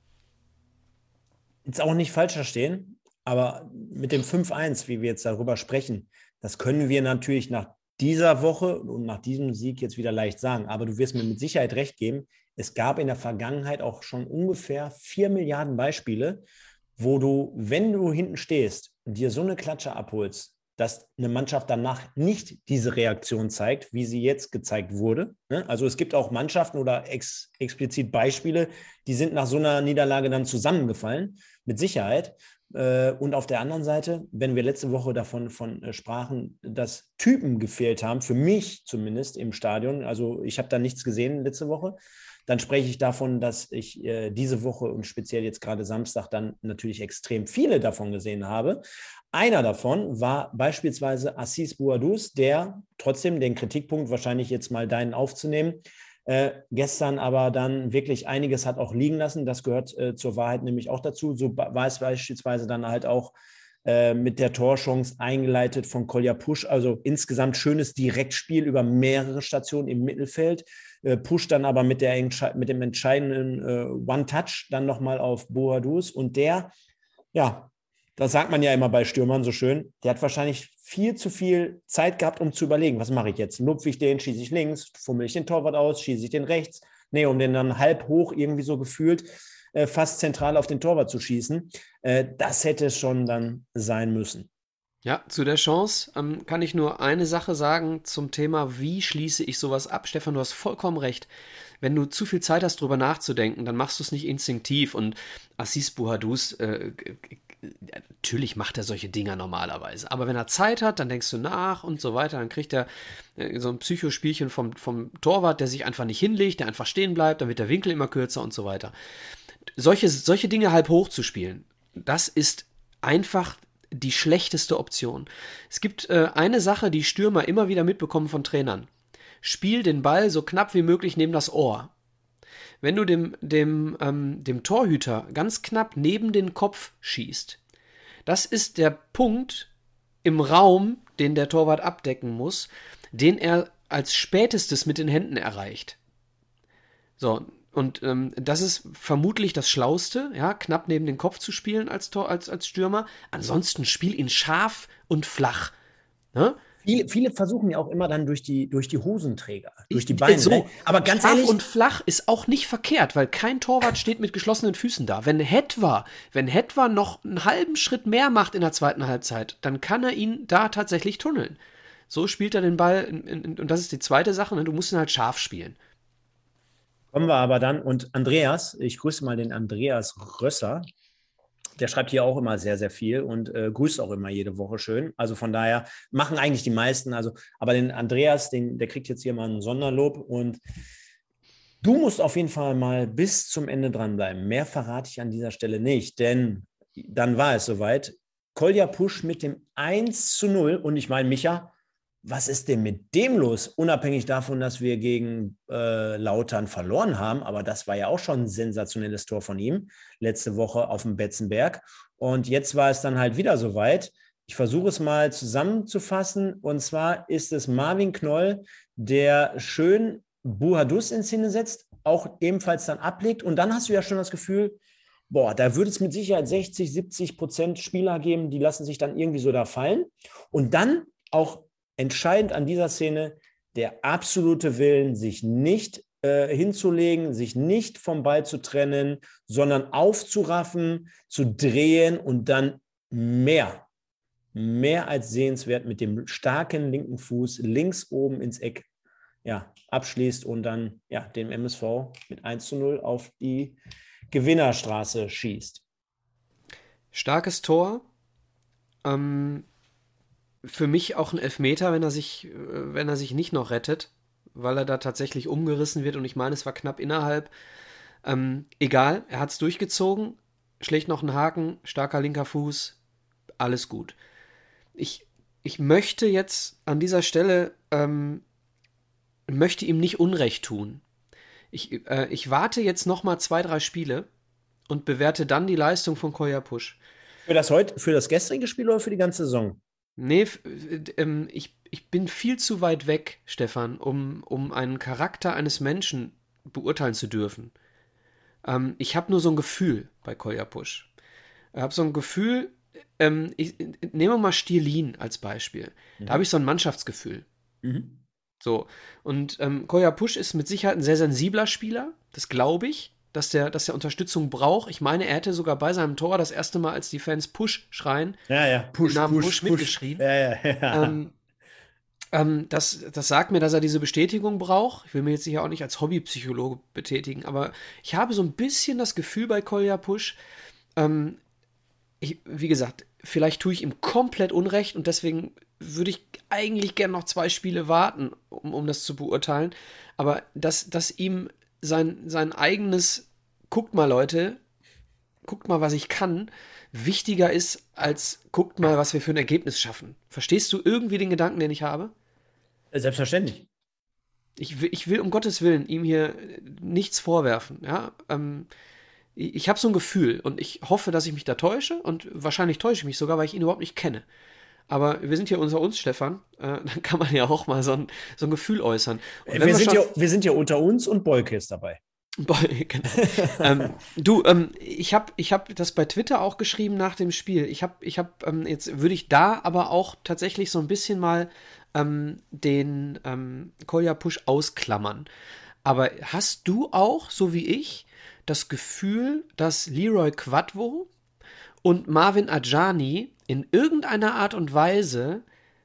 Jetzt auch nicht falsch verstehen, aber mit dem fünf eins, wie wir jetzt darüber sprechen, das können wir natürlich nach dieser Woche und nach diesem Sieg jetzt wieder leicht sagen. Aber du wirst mir mit Sicherheit recht geben, es gab in der Vergangenheit auch schon ungefähr vier Milliarden Beispiele, wo du, wenn du hinten stehst und dir so eine Klatsche abholst, dass eine Mannschaft danach nicht diese Reaktion zeigt, wie sie jetzt gezeigt wurde. Also es gibt auch Mannschaften oder ex, explizit Beispiele, die sind nach so einer Niederlage dann zusammengefallen, mit Sicherheit. Und auf der anderen Seite, wenn wir letzte Woche davon von sprachen, dass Typen gefehlt haben, für mich zumindest im Stadion, also ich habe da nichts gesehen letzte Woche, dann spreche ich davon, dass ich äh, diese Woche und speziell jetzt gerade Samstag dann natürlich extrem viele davon gesehen habe. Einer davon war beispielsweise Assis Bouadouz, der trotzdem den Kritikpunkt, wahrscheinlich jetzt mal deinen aufzunehmen, äh, gestern aber dann wirklich einiges hat auch liegen lassen. Das gehört äh, zur Wahrheit nämlich auch dazu. So war es beispielsweise dann halt auch äh, mit der Torchance eingeleitet von Kolja Pusch. Also insgesamt schönes Direktspiel über mehrere Stationen im Mittelfeld. Äh, Pusch dann aber mit, der, mit dem entscheidenden äh, One-Touch dann nochmal auf Bouadouz. Und der, ja, das sagt man ja immer bei Stürmern so schön, der hat wahrscheinlich viel zu viel Zeit gehabt, um zu überlegen, was mache ich jetzt? Lupfe ich den, schieße ich links, fummel ich den Torwart aus, schieße ich den rechts? Nee, um den dann halb hoch irgendwie so gefühlt äh, fast zentral auf den Torwart zu schießen. Äh, das hätte schon dann sein müssen. Ja, zu der Chance ähm, kann ich nur eine Sache sagen zum Thema, wie schließe ich sowas ab? Stefan, du hast vollkommen recht. Wenn du zu viel Zeit hast, drüber nachzudenken, dann machst du es nicht instinktiv. Und Assis Bouadouz, äh, natürlich macht er solche Dinger normalerweise. Aber wenn er Zeit hat, dann denkst du nach und so weiter. Dann kriegt er äh, so ein Psychospielchen vom, vom Torwart, der sich einfach nicht hinlegt, der einfach stehen bleibt, dann wird der Winkel immer kürzer und so weiter. Solche, solche Dinge halb hoch zu spielen, das ist einfach die schlechteste Option. Es gibt äh, eine Sache, die Stürmer immer wieder mitbekommen von Trainern. Spiel den Ball so knapp wie möglich neben das Ohr. Wenn du dem, dem, ähm, dem Torhüter ganz knapp neben den Kopf schießt, das ist der Punkt im Raum, den der Torwart abdecken muss, den er als spätestes mit den Händen erreicht. So, und ähm, das ist vermutlich das Schlauste, ja, knapp neben den Kopf zu spielen als, Tor, als, als Stürmer. Ansonsten spiel ihn scharf und flach. Ne? Viele, viele versuchen ja auch immer dann durch die, durch die Hosenträger, durch die Beine. So, ne? Aber ganz scharf ehrlich, und flach ist auch nicht verkehrt, weil kein Torwart steht mit geschlossenen Füßen da. Wenn Hetwa, wenn Hetwa noch einen halben Schritt mehr macht in der zweiten Halbzeit, dann kann er ihn da tatsächlich tunneln. So spielt er den Ball, in, in, und das ist die zweite Sache, ne? Du musst ihn halt scharf spielen. kommen wir aber dann, und Andreas, ich grüße mal den Andreas Rösser, der schreibt hier auch immer sehr, sehr viel und äh, grüßt auch immer jede Woche schön. Also von daher machen eigentlich die meisten, also, aber den Andreas, den, der kriegt jetzt hier mal ein Sonderlob und du musst auf jeden Fall mal bis zum Ende dranbleiben. Mehr verrate ich an dieser Stelle nicht, denn dann war es soweit. Kolja Pusch mit dem eins zu null und ich meine, Micha, was ist denn mit dem los? Unabhängig davon, dass wir gegen äh, Lautern verloren haben, aber das war ja auch schon ein sensationelles Tor von ihm, letzte Woche auf dem Betzenberg. Und jetzt war es dann halt wieder soweit. Ich versuche es mal zusammenzufassen. Und zwar ist es Marvin Knoll, der schön Bouadouz in Szene setzt, auch ebenfalls dann ablegt. Und dann hast du ja schon das Gefühl, boah, da würde es mit Sicherheit sechzig, siebzig Prozent Spieler geben, die lassen sich dann irgendwie so da fallen. Und dann auch entscheidend an dieser Szene der absolute Willen, sich nicht äh, hinzulegen, sich nicht vom Ball zu trennen, sondern aufzuraffen, zu drehen und dann mehr, mehr als sehenswert mit dem starken linken Fuß links oben ins Eck ja, abschließt und dann ja, den M S V mit eins zu null auf die Gewinnerstraße schießt. Starkes Tor. Ähm, für mich auch ein Elfmeter, wenn er sich, wenn er sich nicht noch rettet, weil er da tatsächlich umgerissen wird und ich meine, es war knapp innerhalb. Ähm, egal, er hat es durchgezogen, schlägt noch einen Haken, starker linker Fuß, alles gut. Ich, ich möchte jetzt an dieser Stelle, ähm, möchte ihm nicht Unrecht tun. Ich, äh, ich warte jetzt noch mal zwei, drei Spiele und bewerte dann die Leistung von Kolja Pusch. Für das, heut, für das gestrige Spiel oder für die ganze Saison? Nee, f- äh, ähm, ich, ich bin viel zu weit weg, Stefan, um, um einen Charakter eines Menschen beurteilen zu dürfen. Ähm, ich habe nur so ein Gefühl bei Kolja Pusch. Ich habe so ein Gefühl, ähm, ich, nehmen wir mal Stierlin als Beispiel. Da habe ich so ein Mannschaftsgefühl. Mhm. So, und ähm, Kolja Pusch ist mit Sicherheit ein sehr sensibler Spieler, das glaube ich. dass der, dass der Unterstützung braucht. Ich meine, er hätte sogar bei seinem Tor das erste Mal, als die Fans Push schreien, Ja, ja, Push, den Namen Push, Push Push. mitgeschrien. Ja, ja, ja. Ähm, ähm, das, das sagt mir, dass er diese Bestätigung braucht. Ich will mir jetzt sicher auch nicht als Hobbypsychologe betätigen, aber ich habe so ein bisschen das Gefühl bei Kolja Push, ähm, ich, wie gesagt, vielleicht tue ich ihm komplett Unrecht und deswegen würde ich eigentlich gerne noch zwei Spiele warten, um, um das zu beurteilen. Aber dass, dass ihm sein, sein eigenes, guckt mal Leute, guckt mal, was ich kann, wichtiger ist, als guckt mal, was wir für ein Ergebnis schaffen. Verstehst du irgendwie den Gedanken, den ich habe? Selbstverständlich. Ich will, ich will um Gottes Willen ihm hier nichts vorwerfen. Ja? Ähm, ich ich habe so ein Gefühl und ich hoffe, dass ich mich da täusche und wahrscheinlich täusche ich mich sogar, weil ich ihn überhaupt nicht kenne. Aber wir sind hier unter uns, Stefan. Äh, dann kann man ja auch mal so ein, so ein Gefühl äußern. Und wenn Wir sind, schon, ja, wir sind ja unter uns und Boyke ist dabei. Boah, genau. ähm, du, ähm, ich habe ich hab das bei Twitter auch geschrieben nach dem Spiel. Ich habe, ich hab, ähm, jetzt würde ich da aber auch tatsächlich so ein bisschen mal ähm, den ähm, Kolja Push ausklammern. Aber hast du auch, so wie ich, das Gefühl, dass Leroy Quadvo und Marvin Adjani in irgendeiner Art und Weise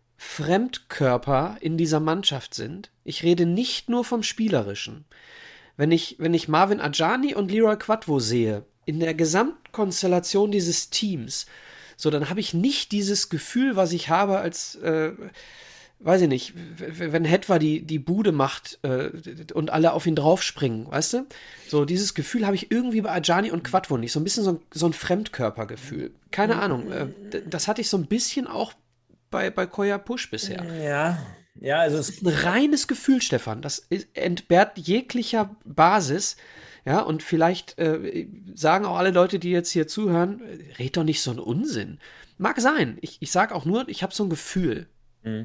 Fremdkörper in dieser Mannschaft sind? Ich rede nicht nur vom Spielerischen. Wenn ich, wenn ich Marvin Adjani und Leroy Quadvo sehe, in der Gesamtkonstellation dieses Teams, so, dann habe ich nicht dieses Gefühl, was ich habe, als, äh, weiß ich nicht, wenn Hetwa die, die Bude macht äh, und alle auf ihn draufspringen, weißt du? So, dieses Gefühl habe ich irgendwie bei Adjani und Quadvo nicht. So ein bisschen so ein, so ein Fremdkörpergefühl. Keine Ahnung. Äh, das hatte ich so ein bisschen auch bei, bei Kolja Push bisher. Ja, ja, also Das es ist ein reines Gefühl, Stefan. Das ist, entbehrt jeglicher Basis. Ja, und vielleicht äh, sagen auch alle Leute, die jetzt hier zuhören, äh, red doch nicht so einen Unsinn. Mag sein. Ich, ich sag auch nur, ich habe so ein Gefühl. Mhm.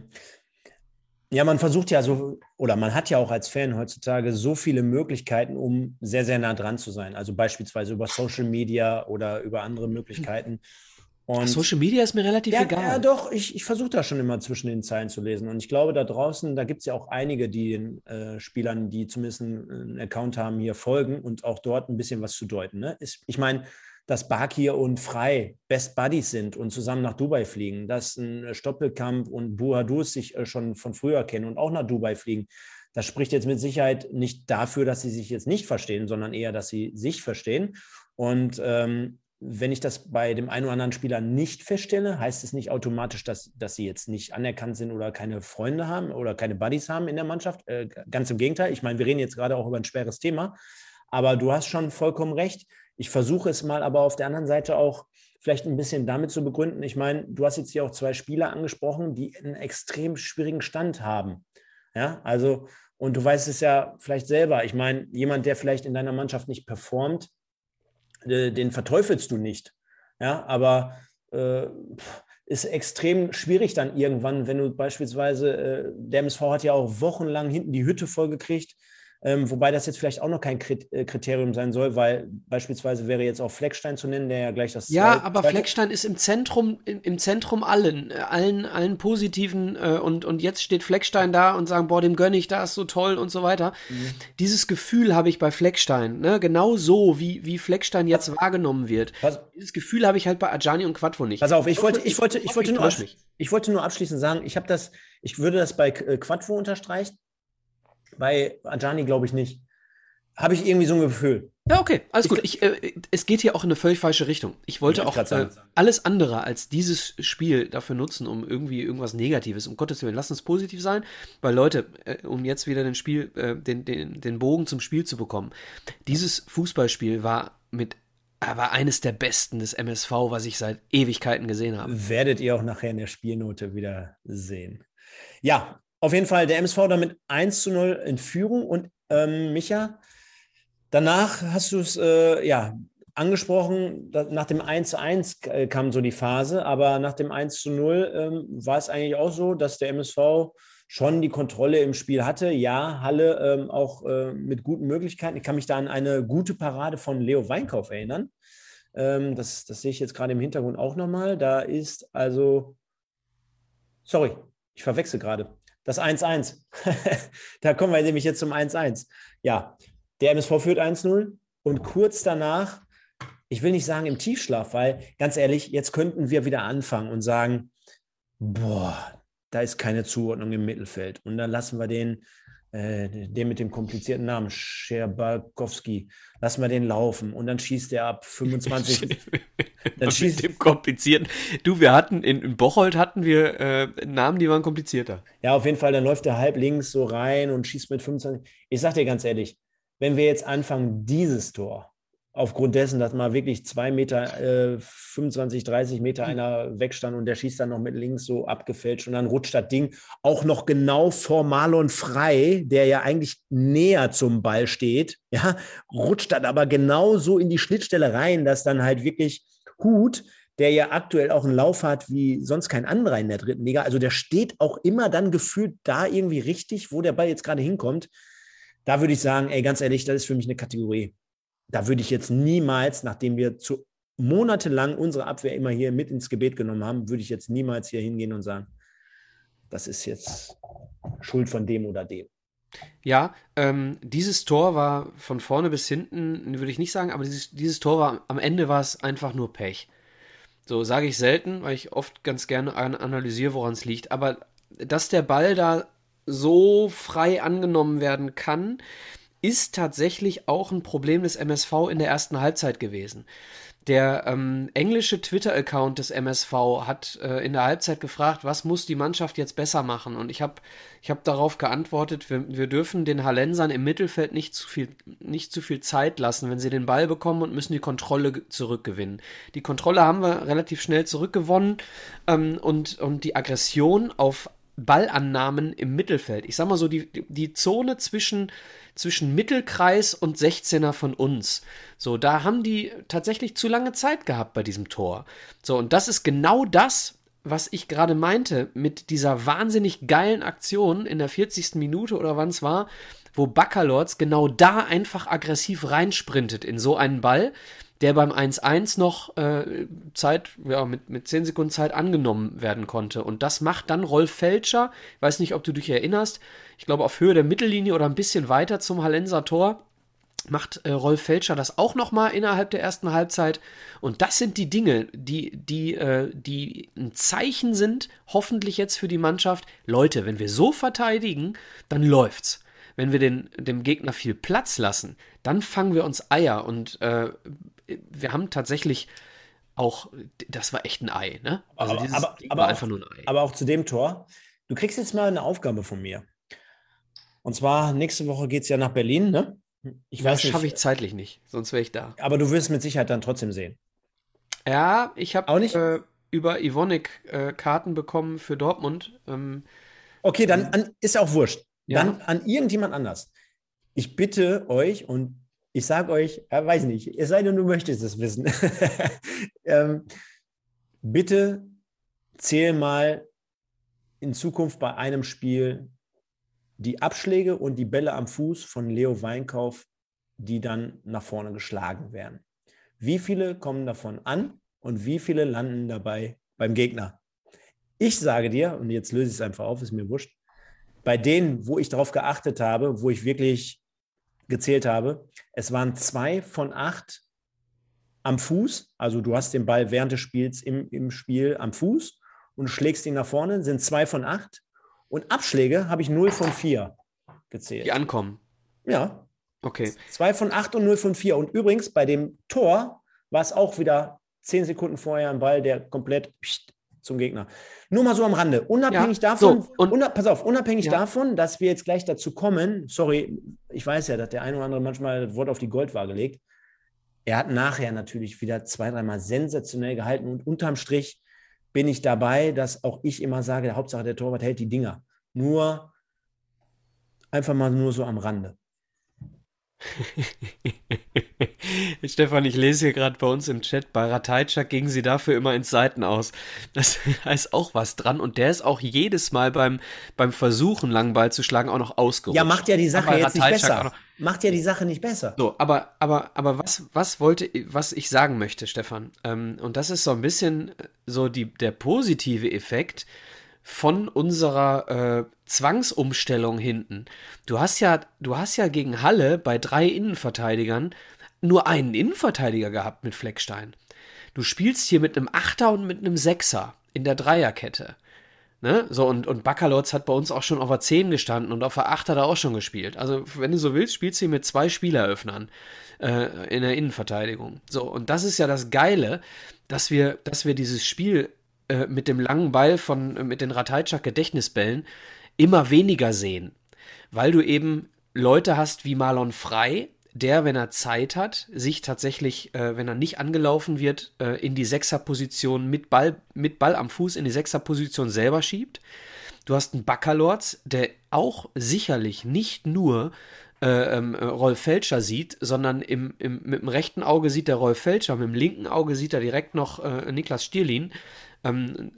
Ja, man versucht ja so, oder man hat ja auch als Fan heutzutage so viele Möglichkeiten, um sehr, sehr nah dran zu sein. Also beispielsweise über Social Media oder über andere Möglichkeiten. Und Social Media ist mir relativ ja, egal. ja, doch, ich, ich versuche da schon immer zwischen den Zeilen zu lesen. Und ich glaube, da draußen, da gibt es ja auch einige, die den äh, Spielern, die zumindest einen, einen Account haben, hier folgen und auch dort ein bisschen was zu deuten. Ne? Ist, ich meine, dass Bakir und Frei Best Buddies sind und zusammen nach Dubai fliegen, dass ein Stoppelkamp und Buhadus sich äh, schon von früher kennen und auch nach Dubai fliegen, das spricht jetzt mit Sicherheit nicht dafür, dass sie sich jetzt nicht verstehen, sondern eher, dass sie sich verstehen. Und ähm, wenn ich das bei dem einen oder anderen Spieler nicht feststelle, heißt es nicht automatisch, dass, dass sie jetzt nicht anerkannt sind oder keine Freunde haben oder keine Buddies haben in der Mannschaft. Äh, ganz im Gegenteil. Ich meine, wir reden jetzt gerade auch über ein schweres Thema, aber du hast schon vollkommen recht. Ich versuche es mal aber auf der anderen Seite auch vielleicht ein bisschen damit zu begründen. Ich meine, du hast jetzt hier auch zwei Spieler angesprochen, die einen extrem schwierigen Stand haben. Ja, also, und du weißt es ja vielleicht selber. Ich meine, jemand, der vielleicht in deiner Mannschaft nicht performt, den verteufelst du nicht. Ja, aber äh, ist extrem schwierig dann irgendwann, wenn du beispielsweise, äh, der M S V hat ja auch wochenlang hinten die Hütte vollgekriegt, ähm, wobei das jetzt vielleicht auch noch kein Kriterium sein soll, weil beispielsweise wäre jetzt auch Fleckstein zu nennen, der ja gleich das Ja, zweite, aber zweite Fleckstein ist im Zentrum, im, im Zentrum allen, äh, allen, allen positiven äh, und, und jetzt steht Fleckstein da und sagen, boah, dem gönne ich das so toll und so weiter. Mhm. Dieses Gefühl habe ich bei Fleckstein, ne? Genau so, wie, wie Fleckstein jetzt Pass- wahrgenommen wird. Pass- Dieses Gefühl habe ich halt bei Adjani und Quadvo nicht. Pass auf, ich hoffe, wollte, ich wollte, ich hoffe, wollte, nur, täusche absch- mich. ich wollte nur abschließend sagen, ich habe das, ich würde das bei äh, Quadvo unterstreichen, bei Adjani glaube ich nicht. Habe ich irgendwie so ein Gefühl. Ja, okay, alles Ich- gut. Ich, äh, es geht hier auch in eine völlig falsche Richtung. Ich wollte Ich auch wollte grad äh, sagen. alles andere als dieses Spiel dafür nutzen, um irgendwie irgendwas Negatives. Um Gottes Willen, lass uns positiv sein, weil Leute, äh, um jetzt wieder den Spiel, äh, den, den, den Bogen zum Spiel zu bekommen. Dieses Fußballspiel war mit, äh, war eines der besten des M S V, was ich seit Ewigkeiten gesehen habe. Werdet ihr auch nachher in der Spielnote wieder sehen. Ja, auf jeden Fall der M S V damit eins zu null in Führung und ähm, Micha, danach hast du es äh, ja angesprochen, da, nach dem eins zu eins äh, kam so die Phase, aber nach dem eins zu null ähm, war es eigentlich auch so, dass der M S V schon die Kontrolle im Spiel hatte. Ja, Halle ähm, auch äh, mit guten Möglichkeiten. Ich kann mich da an eine gute Parade von Leo Weinkauf erinnern. Ähm, das, das sehe ich jetzt gerade im Hintergrund auch nochmal. Da ist also, sorry, ich verwechsel gerade. Das eins eins. Da kommen wir nämlich jetzt zum eins eins. Ja, der M S V führt eins null und kurz danach, ich will nicht sagen im Tiefschlaf, weil ganz ehrlich, jetzt könnten wir wieder anfangen und sagen, boah, da ist keine Zuordnung im Mittelfeld. Und dann lassen wir den, äh, den mit dem komplizierten Namen, Scherbalkowski, lassen wir den laufen. Und dann schießt er ab fünfundzwanzig. Dann schießt mit dem komplizierten. Du, wir hatten, in, in Bocholt hatten wir äh, Namen, die waren komplizierter. Ja, auf jeden Fall, dann läuft er halb links so rein und schießt mit fünfundzwanzig. Ich sag dir ganz ehrlich, wenn wir jetzt anfangen, dieses Tor, aufgrund dessen, dass mal wirklich zwei Meter, äh, fünfundzwanzig, dreißig Meter einer wegstand und der schießt dann noch mit links so abgefälscht und dann rutscht das Ding auch noch genau vor Marlon Frey, der ja eigentlich näher zum Ball steht, ja, rutscht dann aber genau so in die Schnittstelle rein, dass dann halt wirklich Huth, der ja aktuell auch einen Lauf hat wie sonst kein anderer in der dritten Liga, also der steht auch immer dann gefühlt da irgendwie richtig, wo der Ball jetzt gerade hinkommt. Da würde ich sagen, ey, ganz ehrlich, das ist für mich eine Kategorie. Da würde ich jetzt niemals, nachdem wir zu monatelang unsere Abwehr immer hier mit ins Gebet genommen haben, würde ich jetzt niemals hier hingehen und sagen, das ist jetzt Schuld von dem oder dem. Ja, ähm, dieses Tor war von vorne bis hinten, würde ich nicht sagen, aber dieses, dieses Tor war, am Ende war es einfach nur Pech. So sage ich selten, weil ich oft ganz gerne an- analysiere, woran es liegt. Aber dass der Ball da so frei angenommen werden kann, ist tatsächlich auch ein Problem des M S V in der ersten Halbzeit gewesen. Der ähm, englische Twitter-Account des M S V hat äh, in der Halbzeit gefragt, was muss die Mannschaft jetzt besser machen? Und ich habe ich hab darauf geantwortet, wir, wir dürfen den Hallensern im Mittelfeld nicht zu viel, nicht zu viel Zeit lassen, wenn sie den Ball bekommen und müssen die Kontrolle ge- zurückgewinnen. Die Kontrolle haben wir relativ schnell zurückgewonnen ähm, und, und die Aggression auf Ballannahmen im Mittelfeld. Ich sag mal so, die, die Zone zwischen, zwischen Mittelkreis und sechzehner von uns. So, da haben die tatsächlich zu lange Zeit gehabt bei diesem Tor. So, und das ist genau das, was ich gerade meinte, mit dieser wahnsinnig geilen Aktion in der vierzigsten Minute oder wann es war, wo Baccalords genau da einfach aggressiv reinsprintet in so einen Ball, der beim eins eins noch äh, Zeit, ja, mit, mit zehn Sekunden Zeit angenommen werden konnte. Und das macht dann Rolf Felscher, ich weiß nicht, ob du dich erinnerst, ich glaube auf Höhe der Mittellinie oder ein bisschen weiter zum Hallenser Tor, macht äh, Rolf Felscher das auch nochmal innerhalb der ersten Halbzeit. Und das sind die Dinge, die, die, äh, die ein Zeichen sind, hoffentlich jetzt für die Mannschaft. Leute, wenn wir so verteidigen, dann läuft's. Wenn wir den, dem Gegner viel Platz lassen, dann fangen wir uns Eier. Und äh, wir haben tatsächlich auch, das war echt ein Ei, ne? Also aber, dieses aber, Ding aber, war auch, einfach nur ein Ei. aber auch zu dem Tor, du kriegst jetzt mal eine Aufgabe von mir. Und zwar, nächste Woche geht es ja nach Berlin, ne? Ich das weiß nicht. schaffe ich zeitlich nicht, sonst wäre ich da. Aber du wirst mit Sicherheit dann trotzdem sehen. Ja, ich Auch habe nicht? äh, über Evonik äh, Karten bekommen für Dortmund. Ähm, Okay, dann an, ist auch wurscht. Ja. Dann an irgendjemand anders. Ich bitte euch und ich sage euch, ja, weiß nicht, es sei denn, du möchtest es wissen. ähm, bitte zähl mal in Zukunft bei einem Spiel die Abschläge und die Bälle am Fuß von Leo Weinkauf, die dann nach vorne geschlagen werden. Wie viele kommen davon an und wie viele landen dabei beim Gegner? Ich sage dir, und jetzt löse ich es einfach auf, ist mir wurscht, bei denen, wo ich darauf geachtet habe, wo ich wirklich gezählt habe, es waren zwei von acht am Fuß, also du hast den Ball während des Spiels im, im Spiel am Fuß und schlägst ihn nach vorne, sind zwei von acht. Und Abschläge habe ich null von vier gezählt. die ankommen. Ja. Okay. zwei von acht und null von vier. Und übrigens, bei dem Tor war es auch wieder zehn Sekunden vorher ein Ball, der komplett zum Gegner. Nur mal so am Rande. Unabhängig Ja, davon, so, und- unab, pass auf, unabhängig Ja. davon, dass wir jetzt gleich dazu kommen, sorry, ich weiß ja, dass der eine oder andere manchmal das Wort auf die Goldwaage legt. Er hat nachher natürlich wieder zwei, dreimal sensationell gehalten und unterm Strich bin ich dabei, dass auch ich immer sage, der Hauptsache der Torwart hält die Dinger. Nur einfach mal nur so am Rande. Stefan, ich lese hier gerade bei uns im Chat, bei Ratajczak gingen sie dafür immer ins Seiten aus. Das, da ist auch was dran und der ist auch jedes Mal beim, beim Versuchen, langen Ball zu schlagen, auch noch ausgerutscht. Ja, macht ja die Sache Aber jetzt nicht Ratajczak auch besser. noch- Macht ja die Sache nicht besser. So, aber, aber, aber was, was wollte, was ich sagen möchte, Stefan, ähm, und das ist so ein bisschen so die, der positive Effekt von unserer äh, Zwangsumstellung hinten. Du hast ja, du hast ja gegen Halle bei drei Innenverteidigern nur einen Innenverteidiger gehabt mit Fleckstein. Du spielst hier mit einem Achter und mit einem Sechser in der Dreierkette. Ne? So, und, und Baccalords hat bei uns auch schon auf der zehn gestanden und auf der acht hat er auch schon gespielt. Also, wenn du so willst, spielst du hier mit zwei Spieleröffnern äh, in der Innenverteidigung. So, und das ist ja das Geile, dass wir, dass wir dieses Spiel äh, mit dem langen Ball von, äh, mit den Ratajczak-Gedächtnisbällen immer weniger sehen. Weil du eben Leute hast wie Marlon Frey, der, wenn er Zeit hat, sich tatsächlich, äh, wenn er nicht angelaufen wird, äh, in die Sechserposition mit Ball, mit Ball am Fuß in die Sechserposition selber schiebt. Du hast einen Baccalords, der auch sicherlich nicht nur äh, ähm, Rolf Felscher sieht, sondern im, im, mit dem rechten Auge sieht er Rolf Felscher, mit dem linken Auge sieht er direkt noch äh, Niklas Stierlin. Ähm,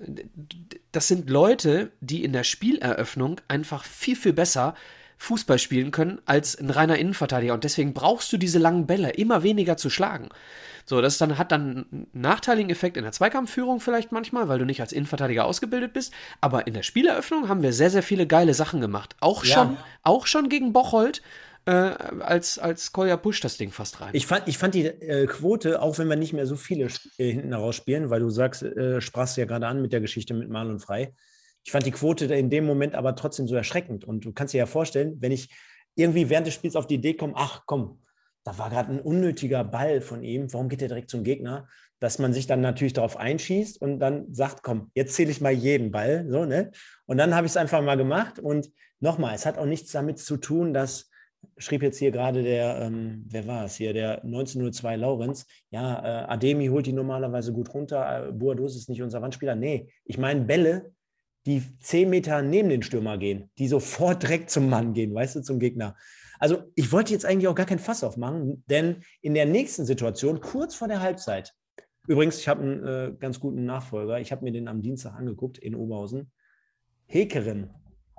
das sind Leute, die in der Spieleröffnung einfach viel, viel besser Fußball spielen können als ein reiner Innenverteidiger. Und deswegen brauchst du diese langen Bälle immer weniger zu schlagen. So, das dann, hat dann einen nachteiligen Effekt in der Zweikampfführung vielleicht manchmal, weil du nicht als Innenverteidiger ausgebildet bist. Aber in der Spieleröffnung haben wir sehr, sehr viele geile Sachen gemacht. Auch Ja. schon, auch schon gegen Bocholt, äh, als, als Kolja Pusch das Ding fast rein. Ich fand, ich fand die äh, Quote, auch wenn wir nicht mehr so viele äh, hinten raus spielen, weil du sagst, äh, sprachst ja gerade an mit der Geschichte mit Marlon Frey. Ich fand die Quote in dem Moment aber trotzdem so erschreckend. Und du kannst dir ja vorstellen, wenn ich irgendwie während des Spiels auf die Idee komme, ach komm, da war gerade ein unnötiger Ball von ihm, warum geht er direkt zum Gegner? Dass man sich dann natürlich darauf einschießt und dann sagt, komm, jetzt zähle ich mal jeden Ball. So, ne? Und dann habe ich es einfach mal gemacht. Und nochmal, es hat auch nichts damit zu tun, dass, schrieb jetzt hier gerade der, ähm, wer war es hier, der neunzehnhundertzwei Laurenz, ja, äh, Ademi holt die normalerweise gut runter, äh, Boadus ist nicht unser Wandspieler. Nee, ich meine Bälle, die zehn Meter neben den Stürmer gehen, die sofort direkt zum Mann gehen, weißt du, zum Gegner. Also ich wollte jetzt eigentlich auch gar kein Fass aufmachen, denn in der nächsten Situation, kurz vor der Halbzeit, übrigens, ich habe einen äh, ganz guten Nachfolger, ich habe mir den am Dienstag angeguckt in Oberhausen, Hekerin,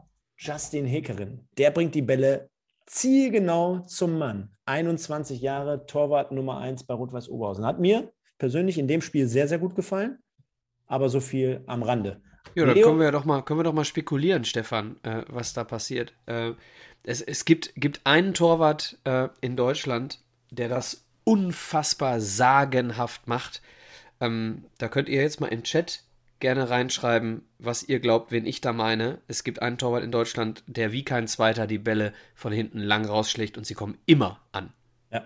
Justin Hekerin, der bringt die Bälle zielgenau zum Mann. einundzwanzig Jahre, Torwart Nummer eins bei Rot-Weiß Oberhausen. Hat mir persönlich in dem Spiel sehr, sehr gut gefallen, aber so viel am Rande. Ja, dann Leo? können wir ja doch mal, können wir doch mal spekulieren, Stefan, äh, was da passiert. Äh, es es gibt, gibt einen Torwart äh, in Deutschland, der das unfassbar sagenhaft macht. Ähm, da könnt ihr jetzt mal im Chat gerne reinschreiben, was ihr glaubt, wen ich da meine. Es gibt einen Torwart in Deutschland, der wie kein Zweiter die Bälle von hinten lang rausschlägt und sie kommen immer an. Ja.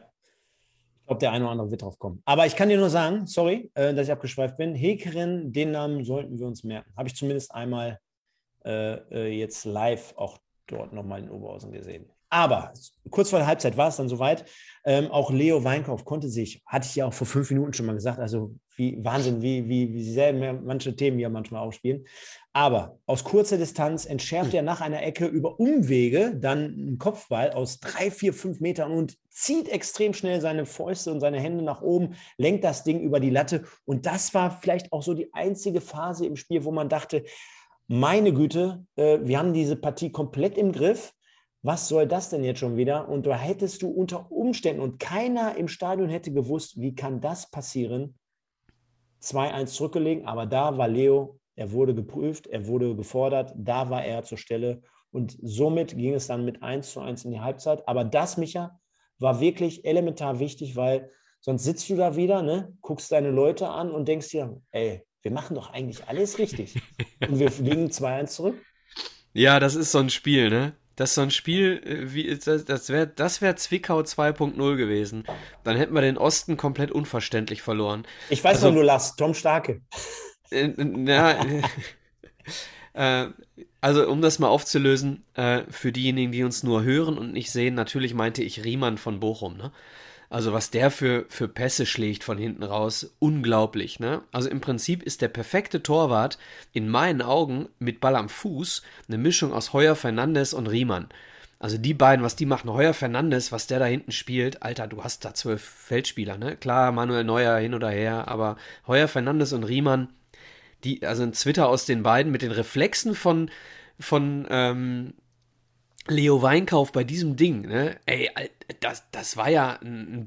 Ich glaube, der eine oder andere wird drauf kommen. Aber ich kann dir nur sagen, sorry, äh, dass ich abgeschweift bin, Hekerin, den Namen sollten wir uns merken. Habe ich zumindest einmal äh, äh, jetzt live auch dort nochmal in Oberhausen gesehen. Aber kurz vor der Halbzeit war es dann soweit. Ähm, auch Leo Weinkauf konnte sich, hatte ich ja auch vor fünf Minuten schon mal gesagt, also wie Wahnsinn, wie, wie, wie sehr manche Themen ja manchmal aufspielen. Aber aus kurzer Distanz entschärft er nach einer Ecke über Umwege dann einen Kopfball aus drei, vier, fünf Metern und zieht extrem schnell seine Fäuste und seine Hände nach oben, lenkt das Ding über die Latte. Und das war vielleicht auch so die einzige Phase im Spiel, wo man dachte, meine Güte, äh, wir haben diese Partie komplett im Griff. Was soll das denn jetzt schon wieder? Und da hättest du unter Umständen, und keiner im Stadion hätte gewusst, wie kann das passieren, zwei eins zurückgelegen. Aber da war Leo, er wurde geprüft, er wurde gefordert, da war er zur Stelle. Und somit ging es dann mit eins zu eins in die Halbzeit. Aber das, Micha, war wirklich elementar wichtig, weil sonst sitzt du da wieder, ne, guckst deine Leute an und denkst dir, ey, wir machen doch eigentlich alles richtig. Und wir liegen zwei eins zurück. Ja, das ist so ein Spiel, ne? Das ist so ein Spiel, äh, wie, das, das wäre das wär Zwickau zwei Punkt null gewesen. Dann hätten wir den Osten komplett unverständlich verloren. Ich weiß Also- noch, du lachst, Tom Starke. Äh, na, äh, also um das mal aufzulösen, äh, für diejenigen, die uns nur hören und nicht sehen, natürlich meinte ich Riemann von Bochum, ne? Also was der für, für Pässe schlägt von hinten raus, unglaublich, ne? Also im Prinzip ist der perfekte Torwart in meinen Augen mit Ball am Fuß eine Mischung aus Heuer Fernandes und Riemann. Also die beiden, was die machen, Heuer Fernandes, was der da hinten spielt, Alter, du hast da zwölf Feldspieler, ne? Klar, Manuel Neuer hin oder her, aber Heuer Fernandes und Riemann, die, also ein Twitter aus den beiden mit den Reflexen von, von ähm, Leo Weinkauf bei diesem Ding, ne? Ey, das, das war ja ein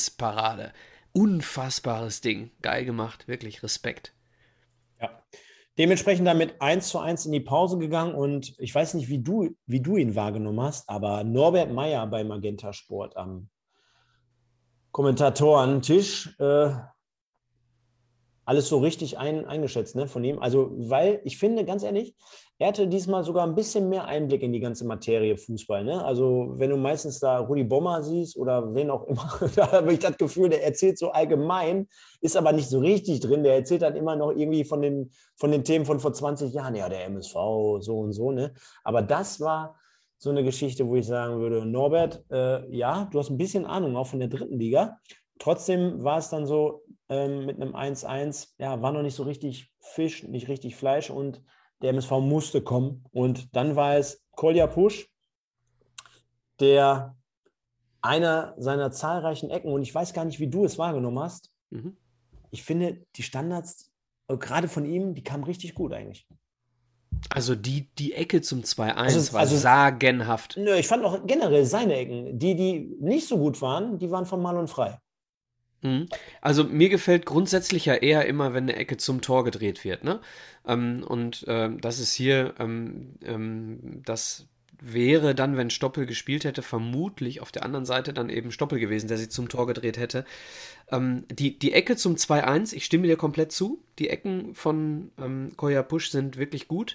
Beachvolleyball-Gedächtnisparade. Unfassbares Ding. Geil gemacht, wirklich Respekt. Ja. Dementsprechend damit eins zu eins in die Pause gegangen und ich weiß nicht, wie du, wie du ihn wahrgenommen hast, aber Norbert Meyer bei Magenta Sport am Kommentatorentisch, äh, alles so richtig ein, eingeschätzt, ne, von ihm. Also, weil ich finde, ganz ehrlich, er hatte diesmal sogar ein bisschen mehr Einblick in die ganze Materie Fußball. Ne? Also, wenn du meistens da Rudi Bommer siehst oder wen auch immer, da habe ich das Gefühl, der erzählt so allgemein, ist aber nicht so richtig drin. Der erzählt dann immer noch irgendwie von den, von den Themen von vor zwanzig Jahren. Ja, der M S V, so und so. Ne? Aber das war so eine Geschichte, wo ich sagen würde, Norbert, äh, ja, du hast ein bisschen Ahnung auch von der dritten Liga. Trotzdem war es dann so ähm, mit einem eins eins, ja, war noch nicht so richtig Fisch, nicht richtig Fleisch und der M S V musste kommen. Und dann war es Kolja Pusch, der einer seiner zahlreichen Ecken, und ich weiß gar nicht, wie du es wahrgenommen hast, Mhm. ich finde, die Standards, äh, gerade von ihm, die kamen richtig gut eigentlich. Also die, die Ecke zum zwei eins Also- war also- sagenhaft. Nö, ich fand auch generell seine Ecken, die, die nicht so gut waren, die waren von Marlon Frei. Mhm. Also mir gefällt grundsätzlich ja eher immer, wenn eine Ecke zum Tor gedreht wird, ne? Ähm, und ähm, das ist hier, ähm, ähm, das wäre dann, wenn Stoppel gespielt hätte, vermutlich auf der anderen Seite dann eben Stoppel gewesen, der sie zum Tor gedreht hätte. Ähm, die, die Ecke zum zwei eins, ich stimme dir komplett zu. Die Ecken von ähm, Kolja Pusch sind wirklich gut.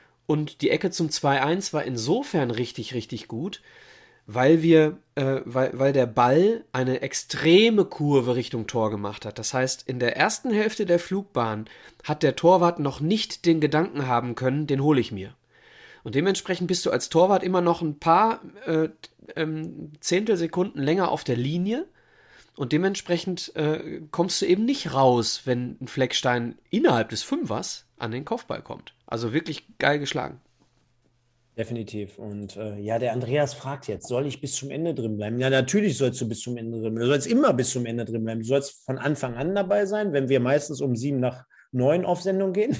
Und die Ecke zum zwei eins war insofern richtig, richtig gut, weil wir, äh, weil, weil der Ball eine extreme Kurve Richtung Tor gemacht hat. Das heißt, in der ersten Hälfte der Flugbahn hat der Torwart noch nicht den Gedanken haben können, den hole ich mir. Und dementsprechend bist du als Torwart immer noch ein paar äh, ähm, Zehntelsekunden länger auf der Linie. Und dementsprechend äh, kommst du eben nicht raus, wenn ein Fleckstein innerhalb des Fünfers an den Kopfball kommt. Also wirklich geil geschlagen. Definitiv. Und äh, ja, der Andreas fragt jetzt, soll ich bis zum Ende drin bleiben? Ja, natürlich sollst du bis zum Ende drin bleiben. Du sollst immer bis zum Ende drin bleiben. Du sollst von Anfang an dabei sein, wenn wir meistens um sieben nach neun auf Sendung gehen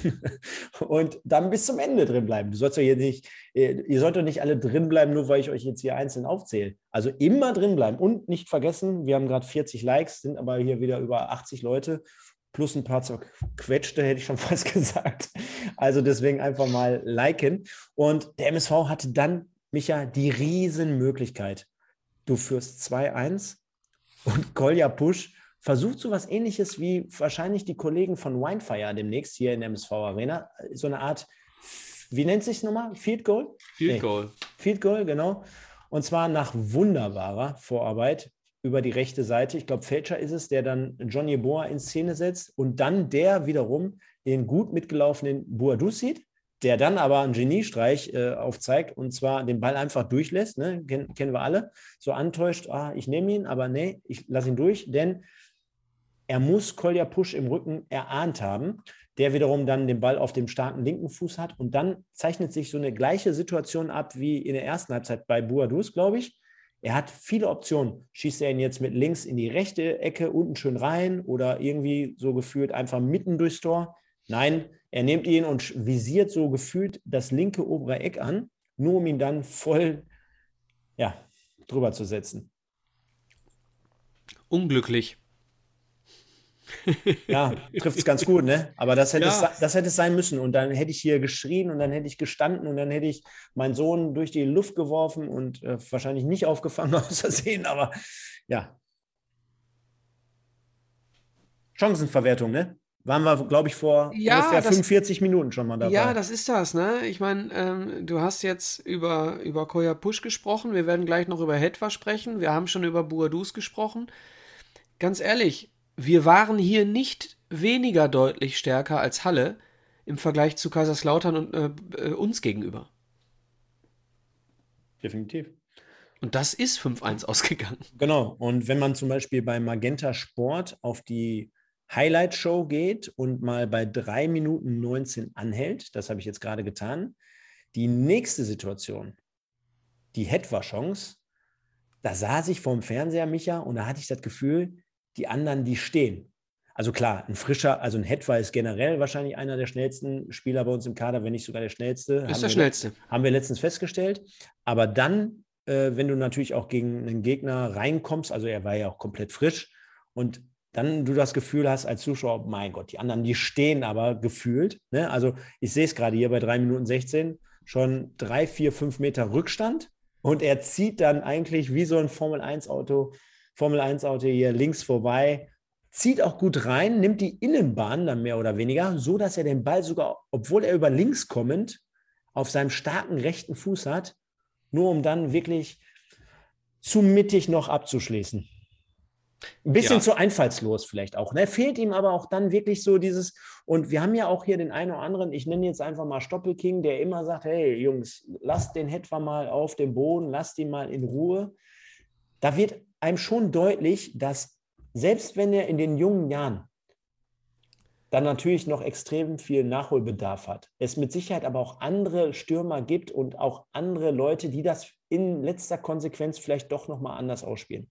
und dann bis zum Ende drin bleiben. Du sollst doch hier nicht, ihr sollt doch nicht alle drin bleiben, nur weil ich euch jetzt hier einzeln aufzähle. Also immer drin bleiben und nicht vergessen, wir haben gerade vierzig Likes, sind aber hier wieder über achtzig Leute. Plus ein paar zerquetschte, hätte ich schon fast gesagt. Also deswegen einfach mal liken. Und der M S V hatte dann, Micha, die Riesenmöglichkeit. Du führst zwei eins und Kolja Pusch versucht so was Ähnliches wie wahrscheinlich die Kollegen von Winefire demnächst hier in der M S V Arena. So eine Art, wie nennt sich es nochmal? Field Goal? Field Nee. Goal. Field Goal, genau. Und zwar nach wunderbarer Vorarbeit über die rechte Seite. Ich glaube, Fälscher ist es, der dann Johnny Boa in Szene setzt und dann der wiederum den gut mitgelaufenen Boadou sieht, der dann aber einen Geniestreich äh, aufzeigt und zwar den Ball einfach durchlässt. Ne? Ken, kennen wir alle. So antäuscht, ah, ich nehme ihn, aber nee, ich lasse ihn durch, denn er muss Kolja Pusch im Rücken erahnt haben, der wiederum dann den Ball auf dem starken linken Fuß hat und dann zeichnet sich so eine gleiche Situation ab wie in der ersten Halbzeit bei Boadous, glaube ich. Er hat viele Optionen. Schießt er ihn jetzt mit links in die rechte Ecke, unten schön rein oder irgendwie so gefühlt einfach mitten durchs Tor? Nein, er nimmt ihn und visiert so gefühlt das linke obere Eck an, nur um ihn dann voll ja, drüber zu setzen. Unglücklich. Ja, trifft es ganz gut, ne? Aber das hätte, Ja. es, das hätte es sein müssen. Und dann hätte ich hier geschrien und dann hätte ich gestanden und dann hätte ich meinen Sohn durch die Luft geworfen und äh, wahrscheinlich nicht aufgefangen aus Versehen, aber ja. Chancenverwertung, ne? Waren wir, glaube ich, vor Ja, ungefähr das- fünfundvierzig Minuten schon mal dabei. Ja, das ist das, ne? Ich meine, ähm, du hast jetzt über, über Kolja Pusch gesprochen, wir werden gleich noch über Hetwa sprechen, wir haben schon über Boadous gesprochen. Ganz ehrlich, wir waren hier nicht weniger deutlich stärker als Halle im Vergleich zu Kaiserslautern und äh, äh, uns gegenüber. Definitiv. Und das ist fünf eins ausgegangen. Genau. Und wenn man zum Beispiel bei Magenta Sport auf die Highlight-Show geht und mal bei drei Minuten neunzehn anhält, das habe ich jetzt gerade getan, die nächste Situation, die Hetwa-Chance, da saß ich vorm Fernseher, Micha, und da hatte ich das Gefühl, die anderen, die stehen. Also klar, ein frischer, also ein Hetwa ist generell wahrscheinlich einer der schnellsten Spieler bei uns im Kader, wenn nicht sogar der schnellste. Ist Haben der wir- schnellste. Haben wir letztens festgestellt. Aber dann, äh, wenn du natürlich auch gegen einen Gegner reinkommst, also er war ja auch komplett frisch und dann du das Gefühl hast als Zuschauer, mein Gott, die anderen, die stehen aber gefühlt. Ne? Also ich sehe es gerade hier bei drei Minuten sechzehn, schon drei, vier, fünf Meter Rückstand und er zieht dann eigentlich wie so ein Formel eins Auto, Formel eins Auto hier links vorbei, zieht auch gut rein, nimmt die Innenbahn dann mehr oder weniger, so dass er den Ball sogar, obwohl er über links kommend, auf seinem starken rechten Fuß hat, nur um dann wirklich zu mittig noch abzuschließen. Ein bisschen Ja. zu einfallslos vielleicht auch. Ne? Fehlt ihm aber auch dann wirklich so dieses, und wir haben ja auch hier den einen oder anderen, ich nenne jetzt einfach mal Stoppelking, der immer sagt, hey Jungs, lasst den Hetwa mal auf dem Boden, lasst ihn mal in Ruhe. Da wird einem schon deutlich, dass selbst wenn er in den jungen Jahren dann natürlich noch extrem viel Nachholbedarf hat, es mit Sicherheit aber auch andere Stürmer gibt und auch andere Leute, die das in letzter Konsequenz vielleicht doch nochmal anders ausspielen.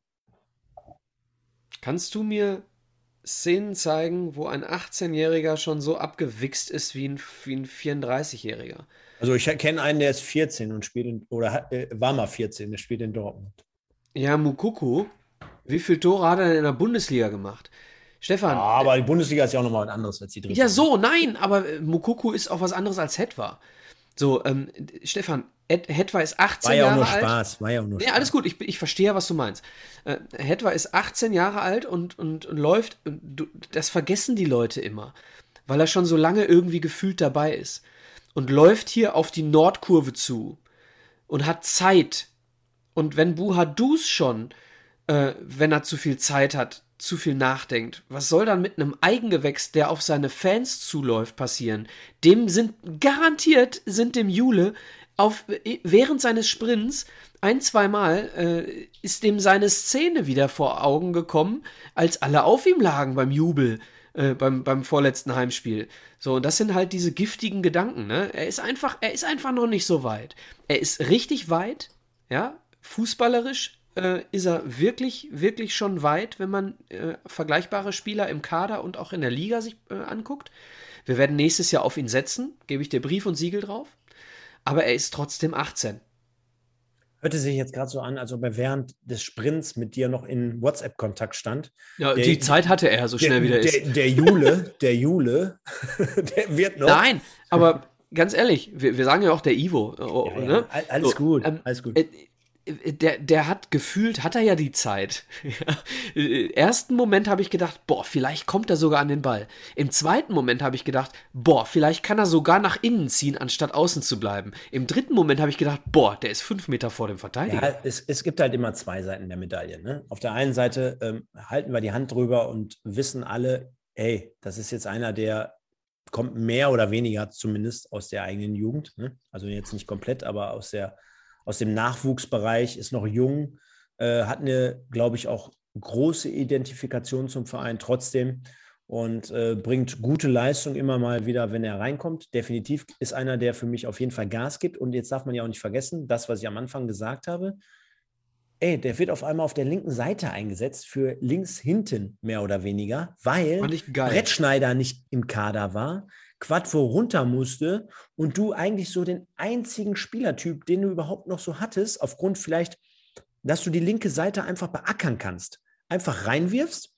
Kannst du mir Szenen zeigen, wo ein achtzehnjähriger schon so abgewichst ist wie ein, wie ein vierunddreißigjähriger? Also ich kenne einen, der ist vierzehn und spielt in, oder hat, äh, war mal vierzehn, der spielt in Dortmund. Ja, Mukoko, wie viele Tore hat er denn in der Bundesliga gemacht? Ja, Stefan, aber die Bundesliga ist ja auch nochmal was anderes als die dritte. ja, so, nein, aber äh, Mukoko ist auch was anderes als Hetwa. So, ähm, Stefan, Et- Hetwa ist War achtzehn ja auch Jahre nur alt. Spaß, war ja auch nur Nee, Spaß. alles gut, ich, ich verstehe, was du meinst. Äh, Hetwa ist achtzehn Jahre alt und, und, und läuft, und du, das vergessen die Leute immer, weil er schon so lange irgendwie gefühlt dabei ist. Und läuft hier auf die Nordkurve zu und hat Zeit. Und wenn Buhadus schon, äh, wenn er zu viel Zeit hat, zu viel nachdenkt, was soll dann mit einem Eigengewächs, der auf seine Fans zuläuft, passieren? Dem sind, garantiert sind dem Jule auf, während seines Sprints ein, zweimal äh, ist dem seine Szene wieder vor Augen gekommen, als alle auf ihm lagen beim Jubel, äh, beim, beim vorletzten Heimspiel. So, und das sind halt diese giftigen Gedanken, ne? Er ist einfach, er ist einfach noch nicht so weit. Er ist richtig weit, ja, fußballerisch äh, ist er wirklich, wirklich schon weit, wenn man äh, vergleichbare Spieler im Kader und auch in der Liga sich äh, anguckt. Wir werden nächstes Jahr auf ihn setzen, gebe ich dir Brief und Siegel drauf. Aber er ist trotzdem achtzehn. Hörte sich jetzt gerade so an, als ob er während des Sprints mit dir noch in WhatsApp-Kontakt stand. Ja, Der- die Zeit hatte er, so schnell der, wie der ist. Der, der Jule, der Jule, der wird noch. Nein, aber ganz ehrlich, wir, wir sagen ja auch der Ivo. Oh, Ja, ja, ne? all- alles So, gut, ähm, alles gut. äh, Der, der hat gefühlt, hat er ja die Zeit. Ja. Im ersten Moment habe ich gedacht, boah, vielleicht kommt er sogar an den Ball. Im zweiten Moment habe ich gedacht, boah, vielleicht kann er sogar nach innen ziehen, anstatt außen zu bleiben. Im dritten Moment habe ich gedacht, boah, der ist fünf Meter vor dem Verteidiger. Ja, es, es gibt halt immer zwei Seiten der Medaille. Ne? Auf der einen Seite ähm, halten wir die Hand drüber und wissen alle, hey, das ist jetzt einer, der kommt mehr oder weniger zumindest aus der eigenen Jugend. Ne? Also jetzt nicht komplett, aber aus, der, aus dem Nachwuchsbereich, ist noch jung, äh, hat eine, glaube ich, auch große Identifikation zum Verein trotzdem und äh, bringt gute Leistung immer mal wieder, wenn er reinkommt. Definitiv ist einer, der für mich auf jeden Fall Gas gibt. Und jetzt darf man ja auch nicht vergessen, das, was ich am Anfang gesagt habe, ey, der wird auf einmal auf der linken Seite eingesetzt für links hinten, mehr oder weniger, weil Fand ich geil. Brettschneider nicht im Kader war, Quadvo runter musste und du eigentlich so den einzigen Spielertyp, den du überhaupt noch so hattest, aufgrund vielleicht, dass du die linke Seite einfach beackern kannst, einfach reinwirfst.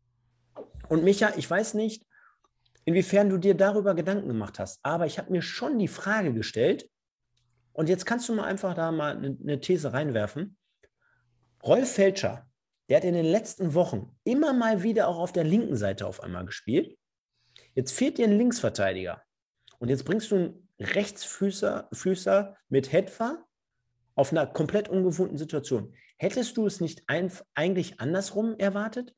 Und Micha, ich weiß nicht, inwiefern du dir darüber Gedanken gemacht hast, aber ich habe mir schon die Frage gestellt, und jetzt kannst du mal einfach da mal eine, eine These reinwerfen. Rolf Felscher, der hat in den letzten Wochen immer mal wieder auch auf der linken Seite auf einmal gespielt. Jetzt fehlt dir ein Linksverteidiger. Und jetzt bringst du einen Rechtsfüßer Füßer mit Hetwa auf einer komplett ungewohnten Situation. Hättest du es nicht ein, eigentlich andersrum erwartet?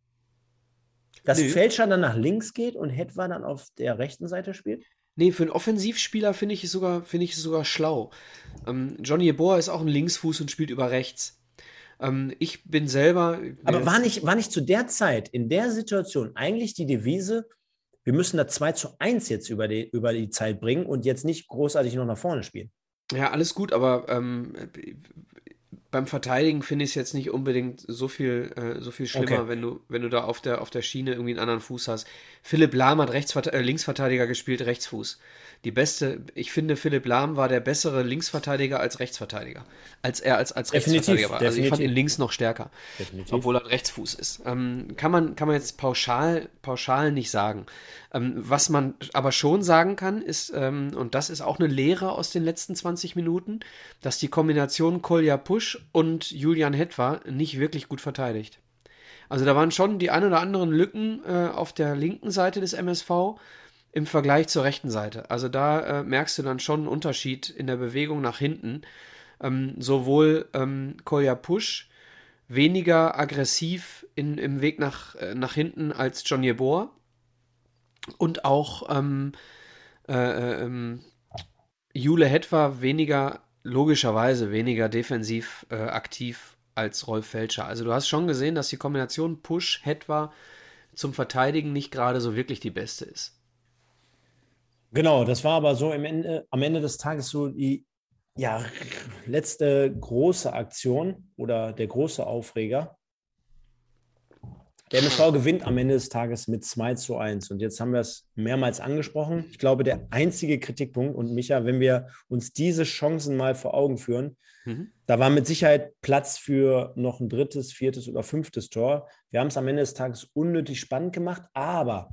Dass Nee. Felscher dann nach links geht und Hetwa dann auf der rechten Seite spielt? Nee, für einen Offensivspieler finde ich es sogar, finde ich es sogar schlau. Ähm, Johnny Yeboah ist auch ein Linksfuß und spielt über rechts. Ähm, ich bin selber. Aber war nicht, war nicht zu der Zeit, in der Situation, eigentlich die Devise, wir müssen da zwei zu eins jetzt über die, über die Zeit bringen und jetzt nicht großartig noch nach vorne spielen? Ja, alles gut, aber ähm, beim Verteidigen finde ich es jetzt nicht unbedingt so viel, äh, so viel schlimmer, Okay. wenn du, wenn du da auf der, auf der Schiene irgendwie einen anderen Fuß hast. Philipp Lahm hat Rechtsverte äh, Linksverteidiger gespielt, Rechtsfuß. Die beste, ich finde, Philipp Lahm war der bessere Linksverteidiger als Rechtsverteidiger. Als er als, als Rechtsverteidiger Definitiv, war. Also ich fand ihn definitiv. links noch stärker, Definitiv. obwohl er ein Rechtsfuß ist. Ähm, kann man, kann man jetzt pauschal, pauschal nicht sagen. Ähm, was man aber schon sagen kann, ist, ähm, und das ist auch eine Lehre aus den letzten zwanzig Minuten, dass die Kombination Kolja Pusch und Julian Hetwa nicht wirklich gut verteidigt. Also da waren schon die ein oder anderen Lücken äh, auf der linken Seite des M S V im Vergleich zur rechten Seite. Also da äh, merkst du dann schon einen Unterschied in der Bewegung nach hinten. Ähm, sowohl ähm, Kolja Pusch weniger aggressiv in, im Weg nach, äh, nach hinten als John Yeboah und auch ähm, äh, äh, ähm, Jule Hetwa weniger, logischerweise weniger defensiv äh, aktiv als Rolf Felscher. Also du hast schon gesehen, dass die Kombination Push-Hetwa zum Verteidigen nicht gerade so wirklich die beste ist. Genau, das war aber so im Ende, am Ende des Tages so die ja, letzte große Aktion oder der große Aufreger. Der M S V gewinnt am Ende des Tages mit zwei zu eins. Und jetzt haben wir es mehrmals angesprochen. Ich glaube, der einzige Kritikpunkt, und Micha, wenn wir uns diese Chancen mal vor Augen führen, Mhm. da war mit Sicherheit Platz für noch ein drittes, viertes oder fünftes Tor. Wir haben es am Ende des Tages unnötig spannend gemacht, aber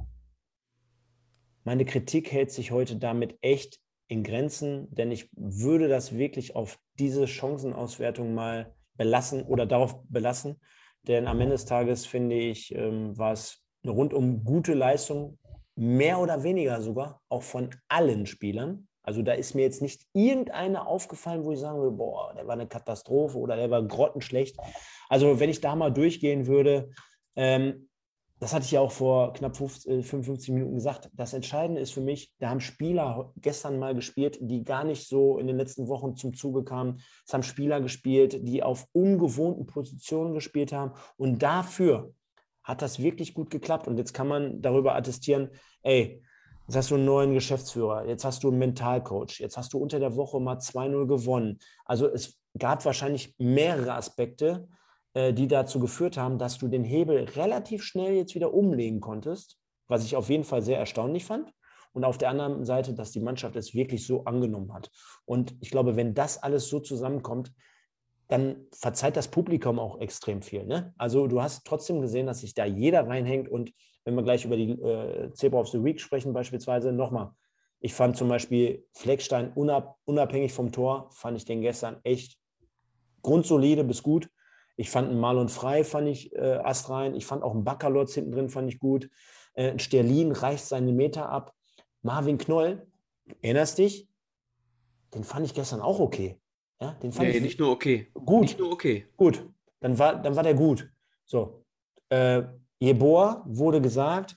meine Kritik hält sich heute damit echt in Grenzen, denn ich würde das wirklich auf diese Chancenauswertung mal belassen oder darauf belassen. Denn am Ende des Tages, finde ich, ähm, war es eine rundum gute Leistung, mehr oder weniger sogar, auch von allen Spielern. Also da ist mir jetzt nicht irgendeiner aufgefallen, wo ich sagen würde, boah, der war eine Katastrophe oder der war grottenschlecht. Also wenn ich da mal durchgehen würde, ähm, das hatte ich ja auch vor knapp fünfundfünfzig Minuten gesagt, das Entscheidende ist für mich, da haben Spieler gestern mal gespielt, die gar nicht so in den letzten Wochen zum Zuge kamen. Es haben Spieler gespielt, die auf ungewohnten Positionen gespielt haben. Und dafür hat das wirklich gut geklappt. Und jetzt kann man darüber attestieren, ey, jetzt hast du einen neuen Geschäftsführer, jetzt hast du einen Mentalcoach, jetzt hast du unter der Woche mal zwei null gewonnen. Also es gab wahrscheinlich mehrere Aspekte, die dazu geführt haben, dass du den Hebel relativ schnell jetzt wieder umlegen konntest, was ich auf jeden Fall sehr erstaunlich fand. Und auf der anderen Seite, dass die Mannschaft es wirklich so angenommen hat. Und ich glaube, wenn das alles so zusammenkommt, dann verzeiht das Publikum auch extrem viel. Ne? Also du hast trotzdem gesehen, dass sich da jeder reinhängt. Und wenn wir gleich über die äh, Zebra of the Week sprechen beispielsweise, nochmal, ich fand zum Beispiel Fleckstein unab, unabhängig vom Tor, fand ich den gestern echt grundsolide bis gut. Ich fand einen Marlon Frey, fand ich äh, astrein. Ich fand auch einen Baccalords hinten drin, fand ich gut. Äh, ein Sterlin reicht seine Meter ab. Marvin Knoll, erinnerst dich? Den fand ich gestern auch okay. Ja, den fand Nee, ich nicht nur okay. gut. Nicht nur okay. Gut, dann war, dann war der gut. So, äh, Yeboah wurde gesagt,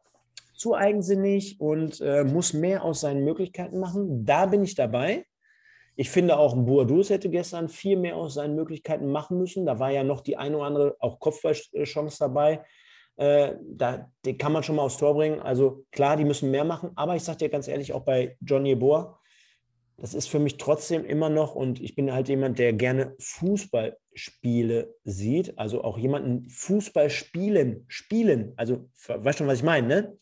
zu eigensinnig und äh, muss mehr aus seinen Möglichkeiten machen. Da bin ich dabei. Ich finde auch, ein Boadus hätte gestern viel mehr aus seinen Möglichkeiten machen müssen. Da war ja noch die eine oder andere auch Kopfballchance dabei. Äh, da, den kann man schon mal aufs Tor bringen. Also klar, die müssen mehr machen. Aber ich sage dir ganz ehrlich, auch bei John Yeboah, das ist für mich trotzdem immer noch, und ich bin halt jemand, der gerne Fußballspiele sieht, also auch jemanden Fußball spielen, spielen. Also weißt schon, was ich meine, ne?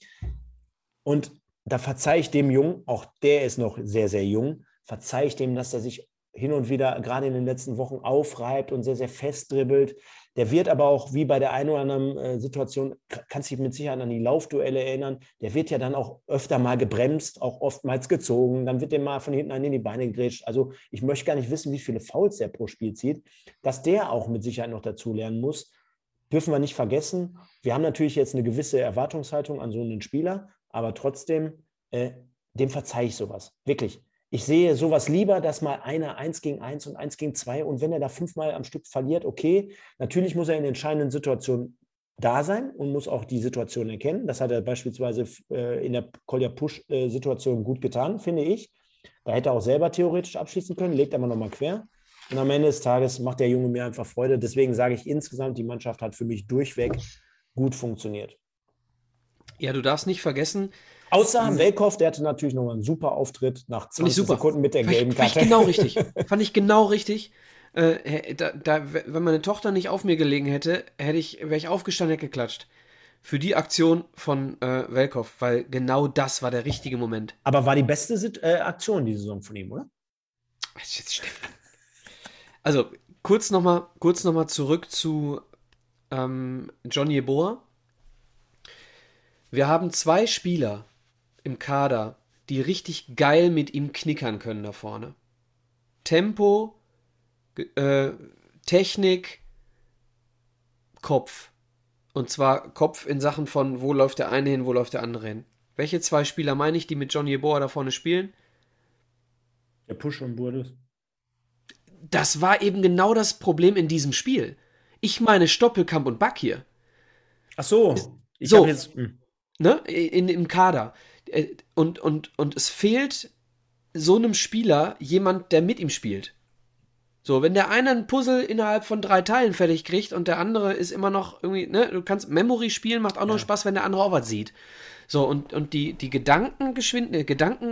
Und da verzeihe ich dem Jungen, auch der ist noch sehr, sehr jung, verzeihe ich dem, dass er sich hin und wieder gerade in den letzten Wochen aufreibt und sehr, sehr fest dribbelt. Der wird aber auch, wie bei der einen oder anderen äh, Situation, kannst dich mit Sicherheit an die Laufduelle erinnern, der wird ja dann auch öfter mal gebremst, auch oftmals gezogen, dann wird dem mal von hinten einen in die Beine gegrätscht. Also ich möchte gar nicht wissen, wie viele Fouls der pro Spiel zieht. Dass der auch mit Sicherheit noch dazu lernen muss, dürfen wir nicht vergessen. Wir haben natürlich jetzt eine gewisse Erwartungshaltung an so einen Spieler, aber trotzdem, äh, dem verzeihe ich sowas. Wirklich. Ich sehe sowas lieber, dass mal einer eins gegen eins und eins gegen zwei, und wenn er da fünfmal am Stück verliert, okay, natürlich muss er in entscheidenden Situationen da sein und muss auch die Situation erkennen. Das hat er beispielsweise äh, in der Kolja-Push-Situation gut getan, finde ich. Da hätte er auch selber theoretisch abschließen können, legt aber nochmal quer. Und am Ende des Tages macht der Junge mir einfach Freude. Deswegen sage ich insgesamt, die Mannschaft hat für mich durchweg gut funktioniert. Ja, du darfst nicht vergessen. Außer Welkow, der hatte natürlich noch einen super Auftritt nach zwanzig super. Sekunden mit der fand gelben ich, fand Karte. ich genau richtig. Fand ich genau richtig. Äh, da, da, wenn meine Tochter nicht auf mir gelegen hätte, hätte ich, wäre ich aufgestanden, hätte geklatscht. Für die Aktion von äh, Welkow, weil genau das war der richtige Moment. Aber war die beste Sit äh, Aktion die Saison von ihm, oder? Jetzt, Stefan. Also, kurz nochmal kurz noch mal zurück zu ähm, John Yeboah. Wir haben zwei Spieler im Kader, die richtig geil mit ihm knickern können da vorne. Tempo, äh, Technik, Kopf. Und zwar Kopf in Sachen von, wo läuft der eine hin, wo läuft der andere hin. Welche zwei Spieler meine ich, die mit John Yeboah da vorne spielen? Der Push und Burdus. Das war eben genau das Problem in diesem Spiel. Ich meine Stoppelkamp und Bakir. Ach so. Ich So. habe jetzt... Mh. Ne, in, im Kader. Und, und, und es fehlt so einem Spieler jemand, der mit ihm spielt. So, wenn der eine ein Puzzle innerhalb von drei Teilen fertig kriegt und der andere ist immer noch irgendwie, ne, du kannst Memory spielen, macht auch nur Ja. Spaß, wenn der andere auch was sieht. So, und, und die, die Gedankengeschwindigkeit,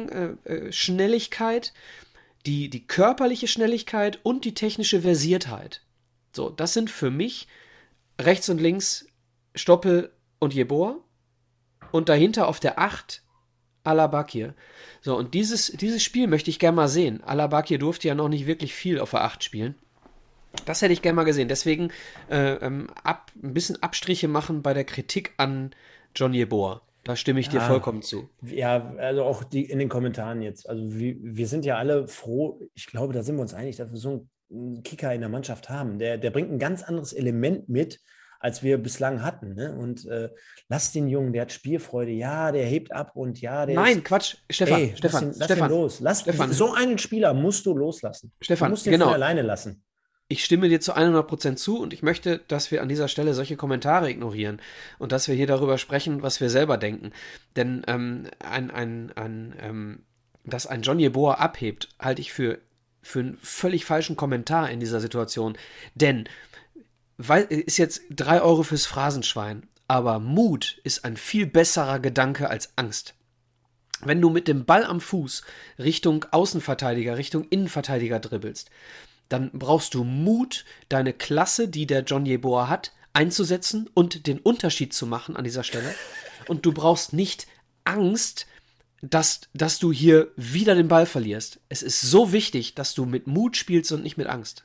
Gedankenschnelligkeit, die, die körperliche Schnelligkeit und die technische Versiertheit. So, das sind für mich rechts und links Stoppel und Yeboah und dahinter auf der acht Al-Bakir. So, und dieses, dieses Spiel möchte ich gerne mal sehen. Al-Bakir durfte ja noch nicht wirklich viel auf der acht spielen. Das hätte ich gerne mal gesehen. Deswegen äh, ähm, ab, ein bisschen Abstriche machen bei der Kritik an John Yeboah. Da stimme ich Ja. dir vollkommen zu. Ja, also auch die in den Kommentaren jetzt. Also wir, wir sind ja alle froh, ich glaube, da sind wir uns einig, dass wir so einen Kicker in der Mannschaft haben. Der, der bringt ein ganz anderes Element mit, als wir bislang hatten. Ne? Und äh, lass den Jungen, der hat Spielfreude, ja, der hebt ab und ja, der Nein, ist, Quatsch, Stefan, ey, Stefan, lass ihn, lass Stefan, ihn los. Lass, Stefan. So einen Spieler musst du loslassen. Stefan, du musst ihn genau. von alleine lassen. Ich stimme dir zu hundert Prozent zu und ich möchte, dass wir an dieser Stelle solche Kommentare ignorieren und dass wir hier darüber sprechen, was wir selber denken. Denn ähm, ein, ein, ein, ähm, dass ein John Yeboah abhebt, halte ich für, für einen völlig falschen Kommentar in dieser Situation. Denn weil, ist jetzt drei Euro fürs Phrasenschwein, aber Mut ist ein viel besserer Gedanke als Angst. Wenn du mit dem Ball am Fuß Richtung Außenverteidiger, Richtung Innenverteidiger dribbelst, dann brauchst du Mut, deine Klasse, die der John Yeboah hat, einzusetzen und den Unterschied zu machen an dieser Stelle. Und du brauchst nicht Angst, dass, dass du hier wieder den Ball verlierst. Es ist so wichtig, dass du mit Mut spielst und nicht mit Angst.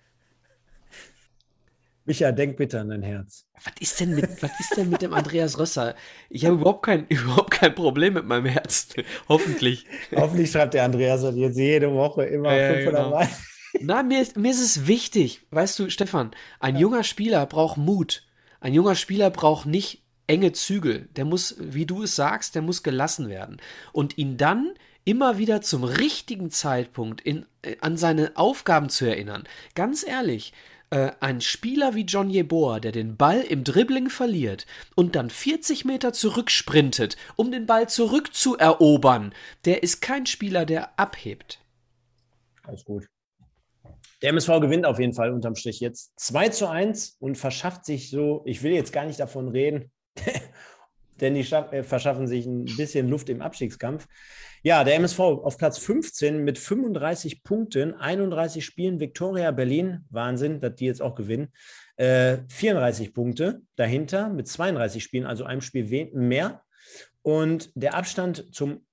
Micha, denk bitte an dein Herz. Was ist denn mit, was ist denn mit dem Andreas Rösser? Ich habe überhaupt kein, überhaupt kein Problem mit meinem Herzen. Hoffentlich. Hoffentlich schreibt der Andreas jetzt jede Woche immer Ja, fünfhundert genau. Mal. Na, mir, ist- mir ist es wichtig. Weißt du, Stefan, ein junger Spieler braucht Mut. Ein junger Spieler braucht nicht enge Zügel. Der muss, wie du es sagst, der muss gelassen werden. Und ihn dann immer wieder zum richtigen Zeitpunkt in, äh, an seine Aufgaben zu erinnern. Ganz ehrlich, äh, ein Spieler wie John Yeboah, der den Ball im Dribbling verliert und dann vierzig Meter zurücksprintet, um den Ball zurückzuerobern, der ist kein Spieler, der abhebt. Alles gut. Der M S V gewinnt auf jeden Fall unterm Strich jetzt zwei zu eins und verschafft sich so, ich will jetzt gar nicht davon reden, denn die schaff, äh, verschaffen sich ein bisschen Luft im Abstiegskampf. Ja, der M S V auf Platz fünfzehn mit fünfunddreißig Punkten, einunddreißig Spielen, Viktoria Berlin, Wahnsinn, dass die jetzt auch gewinnen, äh, vierunddreißig Punkte dahinter mit zweiunddreißig Spielen, also einem Spiel mehr. Und der Abstand zum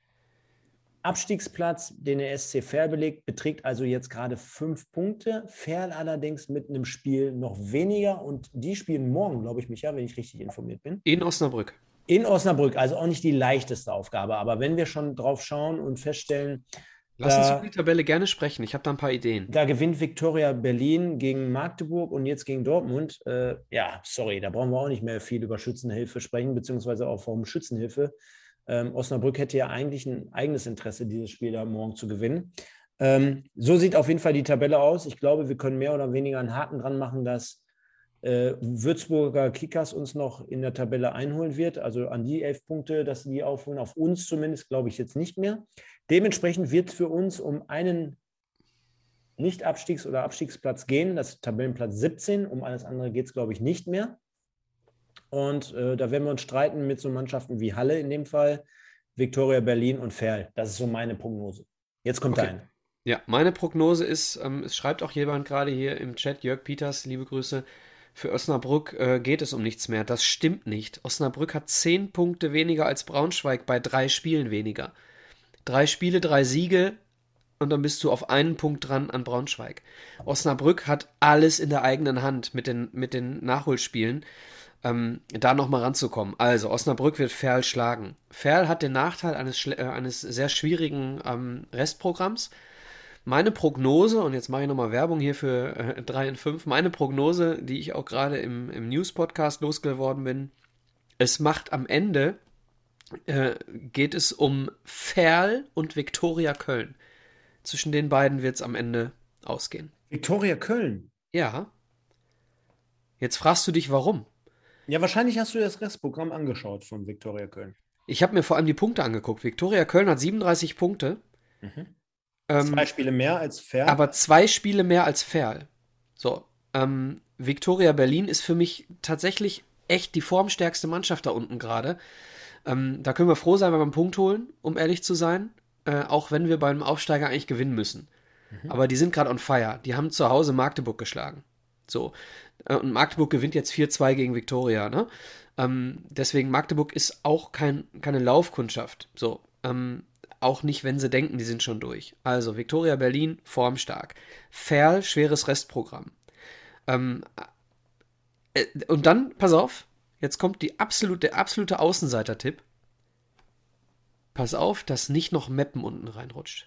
Abstiegsplatz, den der S C Verl belegt, beträgt also jetzt gerade fünf Punkte. Verl allerdings mit einem Spiel noch weniger und die spielen morgen, glaube ich, Micha, wenn ich richtig informiert bin. In Osnabrück. In Osnabrück, also auch nicht die leichteste Aufgabe. Aber wenn wir schon drauf schauen und feststellen, Lass uns da, über die Tabelle gerne sprechen. Ich habe da ein paar Ideen. da gewinnt Viktoria Berlin gegen Magdeburg und jetzt gegen Dortmund. Äh, ja, sorry, da brauchen wir auch nicht mehr viel über Schützenhilfe sprechen, beziehungsweise auch warum Schützenhilfe. Ähm, Osnabrück hätte ja eigentlich ein eigenes Interesse, dieses Spiel da morgen zu gewinnen. Ähm, so sieht auf jeden Fall die Tabelle aus. Ich glaube, wir können mehr oder weniger einen Haken dran machen, dass äh, Würzburger Kickers uns noch in der Tabelle einholen wird. Also an die elf Punkte, dass sie die aufholen. Auf uns zumindest glaube ich jetzt nicht mehr. Dementsprechend wird es für uns um einen Nicht-Abstiegs- oder Abstiegsplatz gehen. Das ist Tabellenplatz siebzehn. Um alles andere geht es, glaube ich, nicht mehr. Und äh, da werden wir uns streiten mit so Mannschaften wie Halle in dem Fall, Viktoria Berlin und Verl. Das ist so meine Prognose. Jetzt kommt Okay. deine. Ja, meine Prognose ist, ähm, es schreibt auch jemand gerade hier im Chat, Jörg Peters, liebe Grüße, für Osnabrück äh, geht es um nichts mehr. Das stimmt nicht. Osnabrück hat zehn Punkte weniger als Braunschweig bei drei Spielen weniger. Drei Spiele, drei Siege und dann bist du auf einen Punkt dran an Braunschweig. Osnabrück hat alles in der eigenen Hand mit den, mit den Nachholspielen, ähm, da nochmal ranzukommen. Also, Osnabrück wird Ferl schlagen. Ferl hat den Nachteil eines, schle- äh, eines sehr schwierigen ähm, Restprogramms. Meine Prognose, und jetzt mache ich nochmal Werbung hier für äh, drei in fünf, meine Prognose, die ich auch gerade im, im News-Podcast losgeworden bin, es macht am Ende, äh, geht es um Ferl und Viktoria Köln. Zwischen den beiden wird es am Ende ausgehen. Viktoria Köln. Ja. Jetzt fragst du dich, warum? Ja, wahrscheinlich hast du dir das Restprogramm angeschaut von Viktoria Köln. Ich habe mir vor allem die Punkte angeguckt. Viktoria Köln hat siebenunddreißig Punkte. Mhm. Ähm, Zwei Spiele mehr als Ferl. aber zwei Spiele mehr als Ferl. So. Ähm, Viktoria Berlin ist für mich tatsächlich echt die formstärkste Mannschaft da unten gerade. Ähm, da können wir froh sein, wenn wir einen Punkt holen, um ehrlich zu sein. Äh, auch wenn wir beim Aufsteiger eigentlich gewinnen müssen. Mhm. Aber die sind gerade on fire. Die haben zu Hause Magdeburg geschlagen. So. Äh, und Magdeburg gewinnt jetzt vier zwei gegen Viktoria, ne? Ähm, deswegen, Magdeburg ist auch kein, keine Laufkundschaft. So. Ähm, auch nicht, wenn sie denken, die sind schon durch. Also, Viktoria Berlin, formstark. Ferl, schweres Restprogramm. Ähm, äh, und dann, pass auf, jetzt kommt die absolute, der absolute Außenseiter-Tipp. Pass auf, dass nicht noch Meppen unten reinrutscht.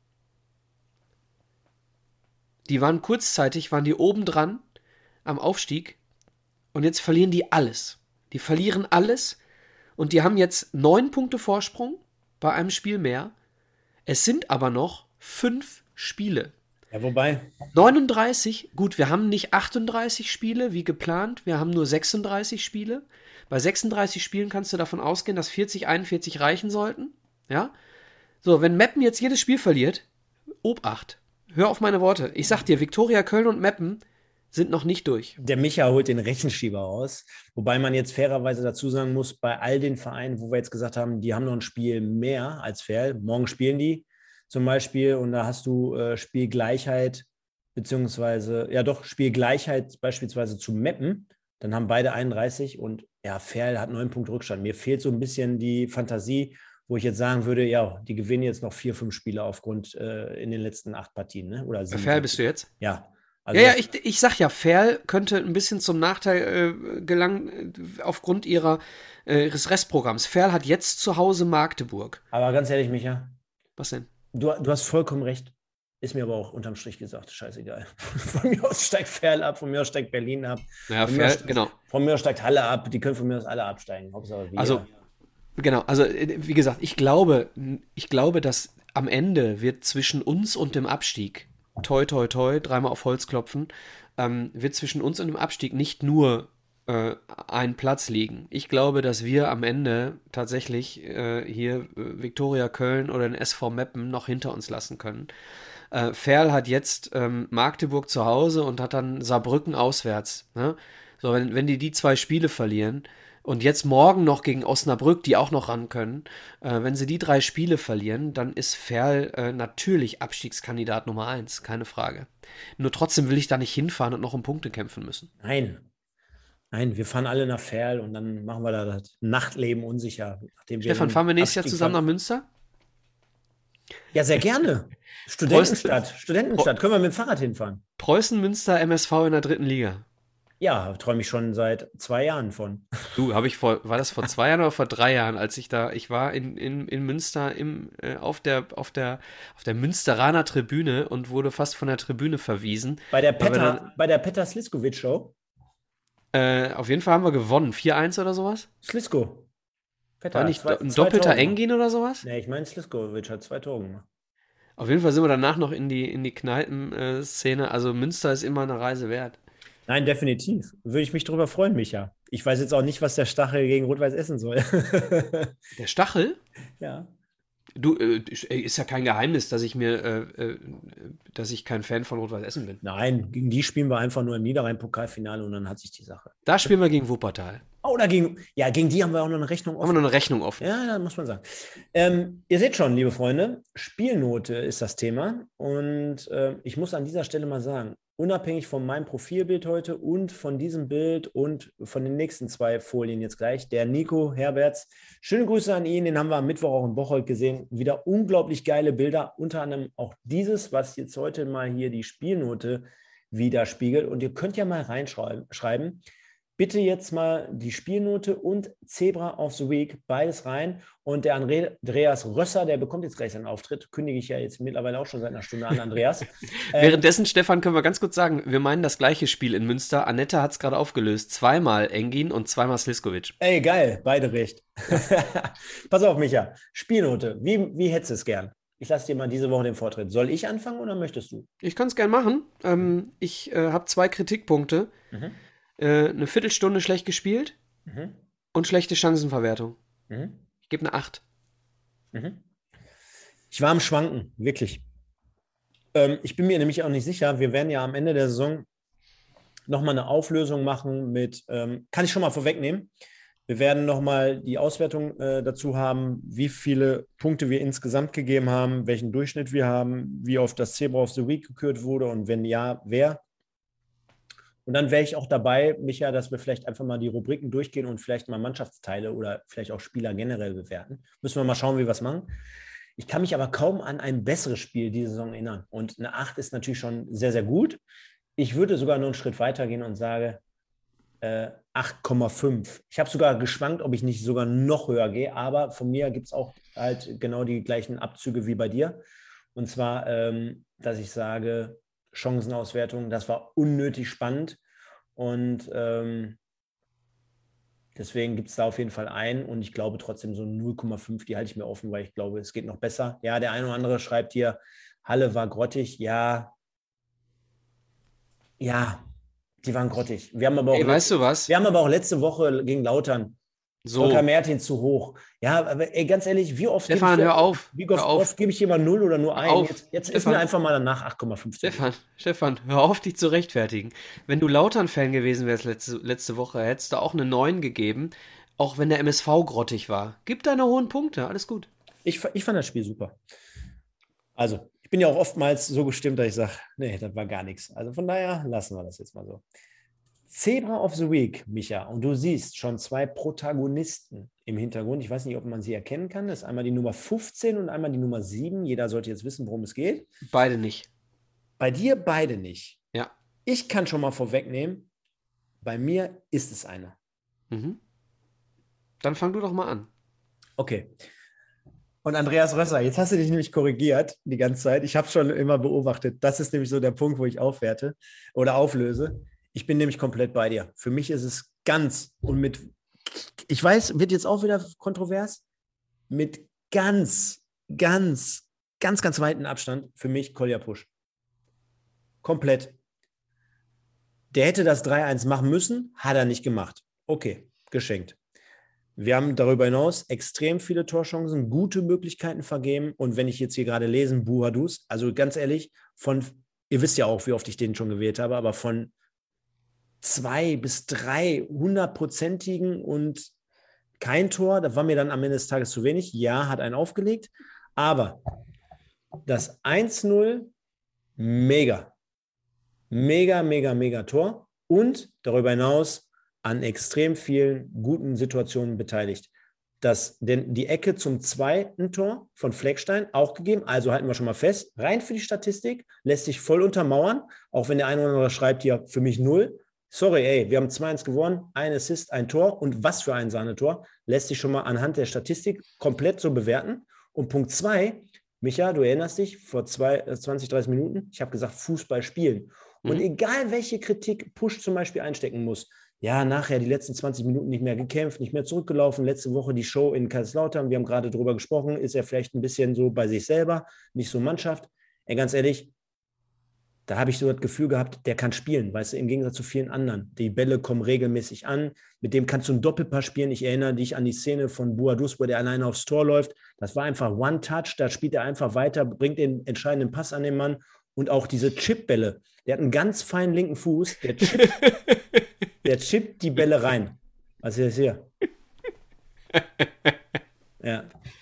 Die waren kurzzeitig, waren die oben dran am Aufstieg und jetzt verlieren die alles. Die verlieren alles und die haben jetzt neun Punkte Vorsprung bei einem Spiel mehr. Es sind aber noch fünf Spiele. Ja, wobei. neununddreißig, gut, wir haben nicht achtunddreißig Spiele wie geplant, wir haben nur sechsunddreißig Spiele. Bei sechsunddreißig Spielen kannst du davon ausgehen, dass vierzig, einundvierzig reichen sollten. Ja? So, wenn Meppen jetzt jedes Spiel verliert, Obacht. Hör auf meine Worte. Ich sag dir, Viktoria Köln und Meppen sind noch nicht durch. Der Micha holt den Rechenschieber aus. Wobei man jetzt fairerweise dazu sagen muss, bei all den Vereinen, wo wir jetzt gesagt haben, die haben noch ein Spiel mehr als Ferl. Morgen spielen die zum Beispiel und da hast du äh, Spielgleichheit, beziehungsweise, ja doch, Spielgleichheit beispielsweise zu Meppen. Dann haben beide einunddreißig und ja, Ferl hat neun Punkte Rückstand. Mir fehlt so ein bisschen die Fantasie, wo ich jetzt sagen würde, ja, die gewinnen jetzt noch vier, fünf Spiele aufgrund äh, in den letzten acht Partien. Ne? Oder Bei Ferl bist du jetzt? Ja. Also ja, ja, ich, ich sag ja, Ferl könnte ein bisschen zum Nachteil äh, gelangen äh, aufgrund ihrer, äh, ihres Restprogramms. Ferl hat jetzt zu Hause Magdeburg. Aber ganz ehrlich, Micha. Was denn? Du, du hast vollkommen recht. Ist mir aber auch unterm Strich gesagt, scheißegal. Von mir aus steigt Ferl ab, von mir aus steigt Berlin ab. Naja, von, Ferl, mir aus, genau. Von mir aus steigt Halle ab. Die können von mir aus alle absteigen. Hauptsache wir. Also, genau, also wie gesagt, ich glaube, ich glaube, dass am Ende wird zwischen uns und dem Abstieg, toi, toi, toi, dreimal auf Holz klopfen, ähm, wird zwischen uns und dem Abstieg nicht nur äh, ein Platz liegen. Ich glaube, dass wir am Ende tatsächlich äh, hier äh, Viktoria Köln oder den S V Meppen noch hinter uns lassen können. Äh, Ferl hat jetzt ähm, Magdeburg zu Hause und hat dann Saarbrücken auswärts. Ne? So, wenn, wenn die die zwei Spiele verlieren und jetzt morgen noch gegen Osnabrück, die auch noch ran können, äh, wenn sie die drei Spiele verlieren, dann ist Ferl äh, natürlich Abstiegskandidat Nummer eins, keine Frage. Nur trotzdem will ich da nicht hinfahren und noch um Punkte kämpfen müssen. Nein. Nein, wir fahren alle nach Ferl und dann machen wir da das Nachtleben unsicher. Nachdem wir Stefan, den fahren wir nächstes Jahr Abstieg zusammen fahren. nach Münster? Ja, sehr gerne. Studentenstadt. Studentenstadt. Können wir mit dem Fahrrad hinfahren? Preußen, Münster, M S V in der dritten Liga. Ja, träume ich schon seit zwei Jahren von. Du, habe ich vor, war das vor zwei Jahren oder vor drei Jahren, als ich da, ich war in, in, in Münster im, äh, auf der, auf der, auf der Münsteraner Tribüne und wurde fast von der Tribüne verwiesen. Bei der weil wir Petter, dann- bei der Petter Sliskovic Show. Äh, auf jeden Fall haben wir gewonnen. vier eins oder sowas? Slisko. Petter War hat nicht zwei- do- ein zwei doppelter Tore gemacht. Engin oder sowas? Nee, ich meine, Sliskovic hat zwei Tore gemacht. Auf jeden Fall sind wir danach noch in die, in die Kneipen-Szene. Also Münster ist immer eine Reise wert. Nein, definitiv. Würde ich mich drüber freuen, Micha. Ich weiß jetzt auch nicht, was der Stachel gegen Rot-Weiß essen soll. Der Stachel? Ja. Du, äh, ist ja kein Geheimnis, dass ich mir, äh, äh, dass ich kein Fan von Rot-Weiß Essen bin. Nein, gegen die spielen wir einfach nur im Niederrhein-Pokalfinale und dann hat sich die Sache. Da spielen wir gegen Wuppertal. Oh, dagegen, ja, gegen die haben wir auch noch eine Rechnung Haben wir offen. noch eine Rechnung offen. Ja, da muss man sagen. Ähm, ihr seht schon, liebe Freunde, Spielnote ist das Thema. Und äh, ich muss an dieser Stelle mal sagen, unabhängig von meinem Profilbild heute und von diesem Bild und von den nächsten zwei Folien jetzt gleich, der Nico Herberts, schöne Grüße an ihn, den haben wir am Mittwoch auch in Bocholt gesehen. Wieder unglaublich geile Bilder, unter anderem auch dieses, was jetzt heute mal hier die Spielnote widerspiegelt. Und ihr könnt ja mal reinschreiben, schreiben, bitte jetzt mal die Spielnote und Zebra of the Week, beides rein. Und der Andreas Rösser, der bekommt jetzt gleich seinen Auftritt, kündige ich ja jetzt mittlerweile auch schon seit einer Stunde an, Andreas. Ähm, Währenddessen, Stefan, können wir ganz kurz sagen, wir meinen das gleiche Spiel in Münster. Annette hat es gerade aufgelöst. Zweimal Engin und zweimal Sliskovic. Ey, geil, beide recht. Pass auf, Micha, Spielnote, wie, wie hättest du es gern? Ich lasse dir mal diese Woche den Vortritt. Soll ich anfangen oder möchtest du? Ich kann es gern machen. Ähm, ich äh, habe zwei Kritikpunkte. Mhm. Äh, eine Viertelstunde schlecht gespielt Mhm. und schlechte Chancenverwertung. Mhm. Ich gebe eine acht. Mhm. Ich war am Schwanken, wirklich. Ähm, ich bin mir nämlich auch nicht sicher. Wir werden ja am Ende der Saison nochmal eine Auflösung machen mit, ähm, kann ich schon mal vorwegnehmen. Wir werden nochmal die Auswertung äh, dazu haben, wie viele Punkte wir insgesamt gegeben haben, welchen Durchschnitt wir haben, wie oft das Zebra of the Week gekürt wurde und wenn ja, wer. Und dann wäre ich auch dabei, Micha, dass wir vielleicht einfach mal die Rubriken durchgehen und vielleicht mal Mannschaftsteile oder vielleicht auch Spieler generell bewerten. Müssen wir mal schauen, wie wir es machen. Ich kann mich aber kaum an ein besseres Spiel diese Saison erinnern. Und eine acht ist natürlich schon sehr, sehr gut. Ich würde sogar noch einen Schritt weiter gehen und sage äh, acht Komma fünf. Ich habe sogar geschwankt, ob ich nicht sogar noch höher gehe, aber von mir gibt es auch halt genau die gleichen Abzüge wie bei dir. Und zwar, ähm, dass ich sage, Chancenauswertung, das war unnötig spannend und ähm, deswegen gibt es da auf jeden Fall ein und ich glaube trotzdem so null Komma fünf, die halte ich mir offen, weil ich glaube, es geht noch besser. Ja, der eine oder andere schreibt hier, Halle war grottig, ja, ja, die waren grottig. Wir haben aber auch, Ey, weißt letzte, du was? wir haben aber auch letzte Woche gegen Lautern Volker So, Mertin zu hoch. Ja, aber ey, ganz ehrlich, wie oft gebe Stefan, ich, hör auf. wie oft, Hör auf. oft gebe ich jemand null oder nur ein? auf. Jetzt, jetzt ist Stefan. mir einfach mal danach acht Komma fünf. Stefan, Stefan, hör auf, dich zu rechtfertigen. Wenn du Lautern-Fan gewesen wärst letzte, letzte Woche, hättest du auch eine neun gegeben, auch wenn der M S V grottig war. Gib deine hohen Punkte, alles gut. Ich, ich fand das Spiel super. Also, ich bin ja auch oftmals so gestimmt, dass ich sage, nee, das war gar nichts. Also von daher lassen wir das jetzt mal so. Zebra of the Week, Micha, und du siehst schon zwei Protagonisten im Hintergrund. Ich weiß nicht, ob man sie erkennen kann. Das ist einmal die Nummer fünfzehn und einmal die Nummer sieben. Jeder sollte jetzt wissen, worum es geht. Beide nicht. Bei dir beide nicht. Ja. Ich kann schon mal vorwegnehmen, bei mir ist es einer. Mhm. Dann fang du doch mal an. Okay. Und Andreas Rösser, jetzt hast du dich nämlich korrigiert die ganze Zeit. Ich habe schon immer beobachtet. Das ist nämlich so der Punkt, wo ich aufwerte oder auflöse. Ich bin nämlich komplett bei dir. Für mich ist es ganz und mit, ich weiß, wird jetzt auch wieder kontrovers, mit ganz, ganz, ganz, ganz weiten Abstand für mich Kolja Pusch. Komplett. Der hätte das drei eins machen müssen, hat er nicht gemacht. Okay, geschenkt. Wir haben darüber hinaus extrem viele Torchancen, gute Möglichkeiten vergeben. Und wenn ich jetzt hier gerade lesen, Buhadus, also ganz ehrlich, von, ihr wisst ja auch, wie oft ich den schon gewählt habe, aber von zwei bis drei hundertprozentigen und kein Tor, das war mir dann am Ende des Tages zu wenig. Ja, hat einen aufgelegt, aber das eins null, mega. Mega, mega, mega Tor und darüber hinaus an extrem vielen guten Situationen beteiligt. Das, denn die Ecke zum zweiten Tor von Fleckstein auch gegeben, also halten wir schon mal fest, rein für die Statistik, lässt sich voll untermauern, auch wenn der eine oder andere schreibt hier für mich null. Sorry, ey, wir haben zwei eins gewonnen, ein Assist, ein Tor und was für ein Sahnetor, lässt sich schon mal anhand der Statistik komplett so bewerten. Und Punkt zwei, Micha, du erinnerst dich, vor zwei, zwanzig, dreißig Minuten, ich habe gesagt, Fußball spielen. Und Mhm. egal, welche Kritik Pusch zum Beispiel einstecken muss, ja, nachher die letzten zwanzig Minuten nicht mehr gekämpft, nicht mehr zurückgelaufen, letzte Woche die Show in Kaiserslautern, wir haben gerade drüber gesprochen, ist er vielleicht ein bisschen so bei sich selber, nicht so Mannschaft. Ey, ganz ehrlich, da habe ich so das Gefühl gehabt, der kann spielen, weißt du, im Gegensatz zu vielen anderen. Die Bälle kommen regelmäßig an, mit dem kannst du ein Doppelpass spielen. Ich erinnere dich an die Szene von Buhadus, wo der alleine aufs Tor läuft. Das war einfach One-Touch, da spielt er einfach weiter, bringt den entscheidenden Pass an den Mann und auch diese Chip-Bälle. Der hat einen ganz feinen linken Fuß, der chippt, der chippt die Bälle rein. Was ist hier? Ja.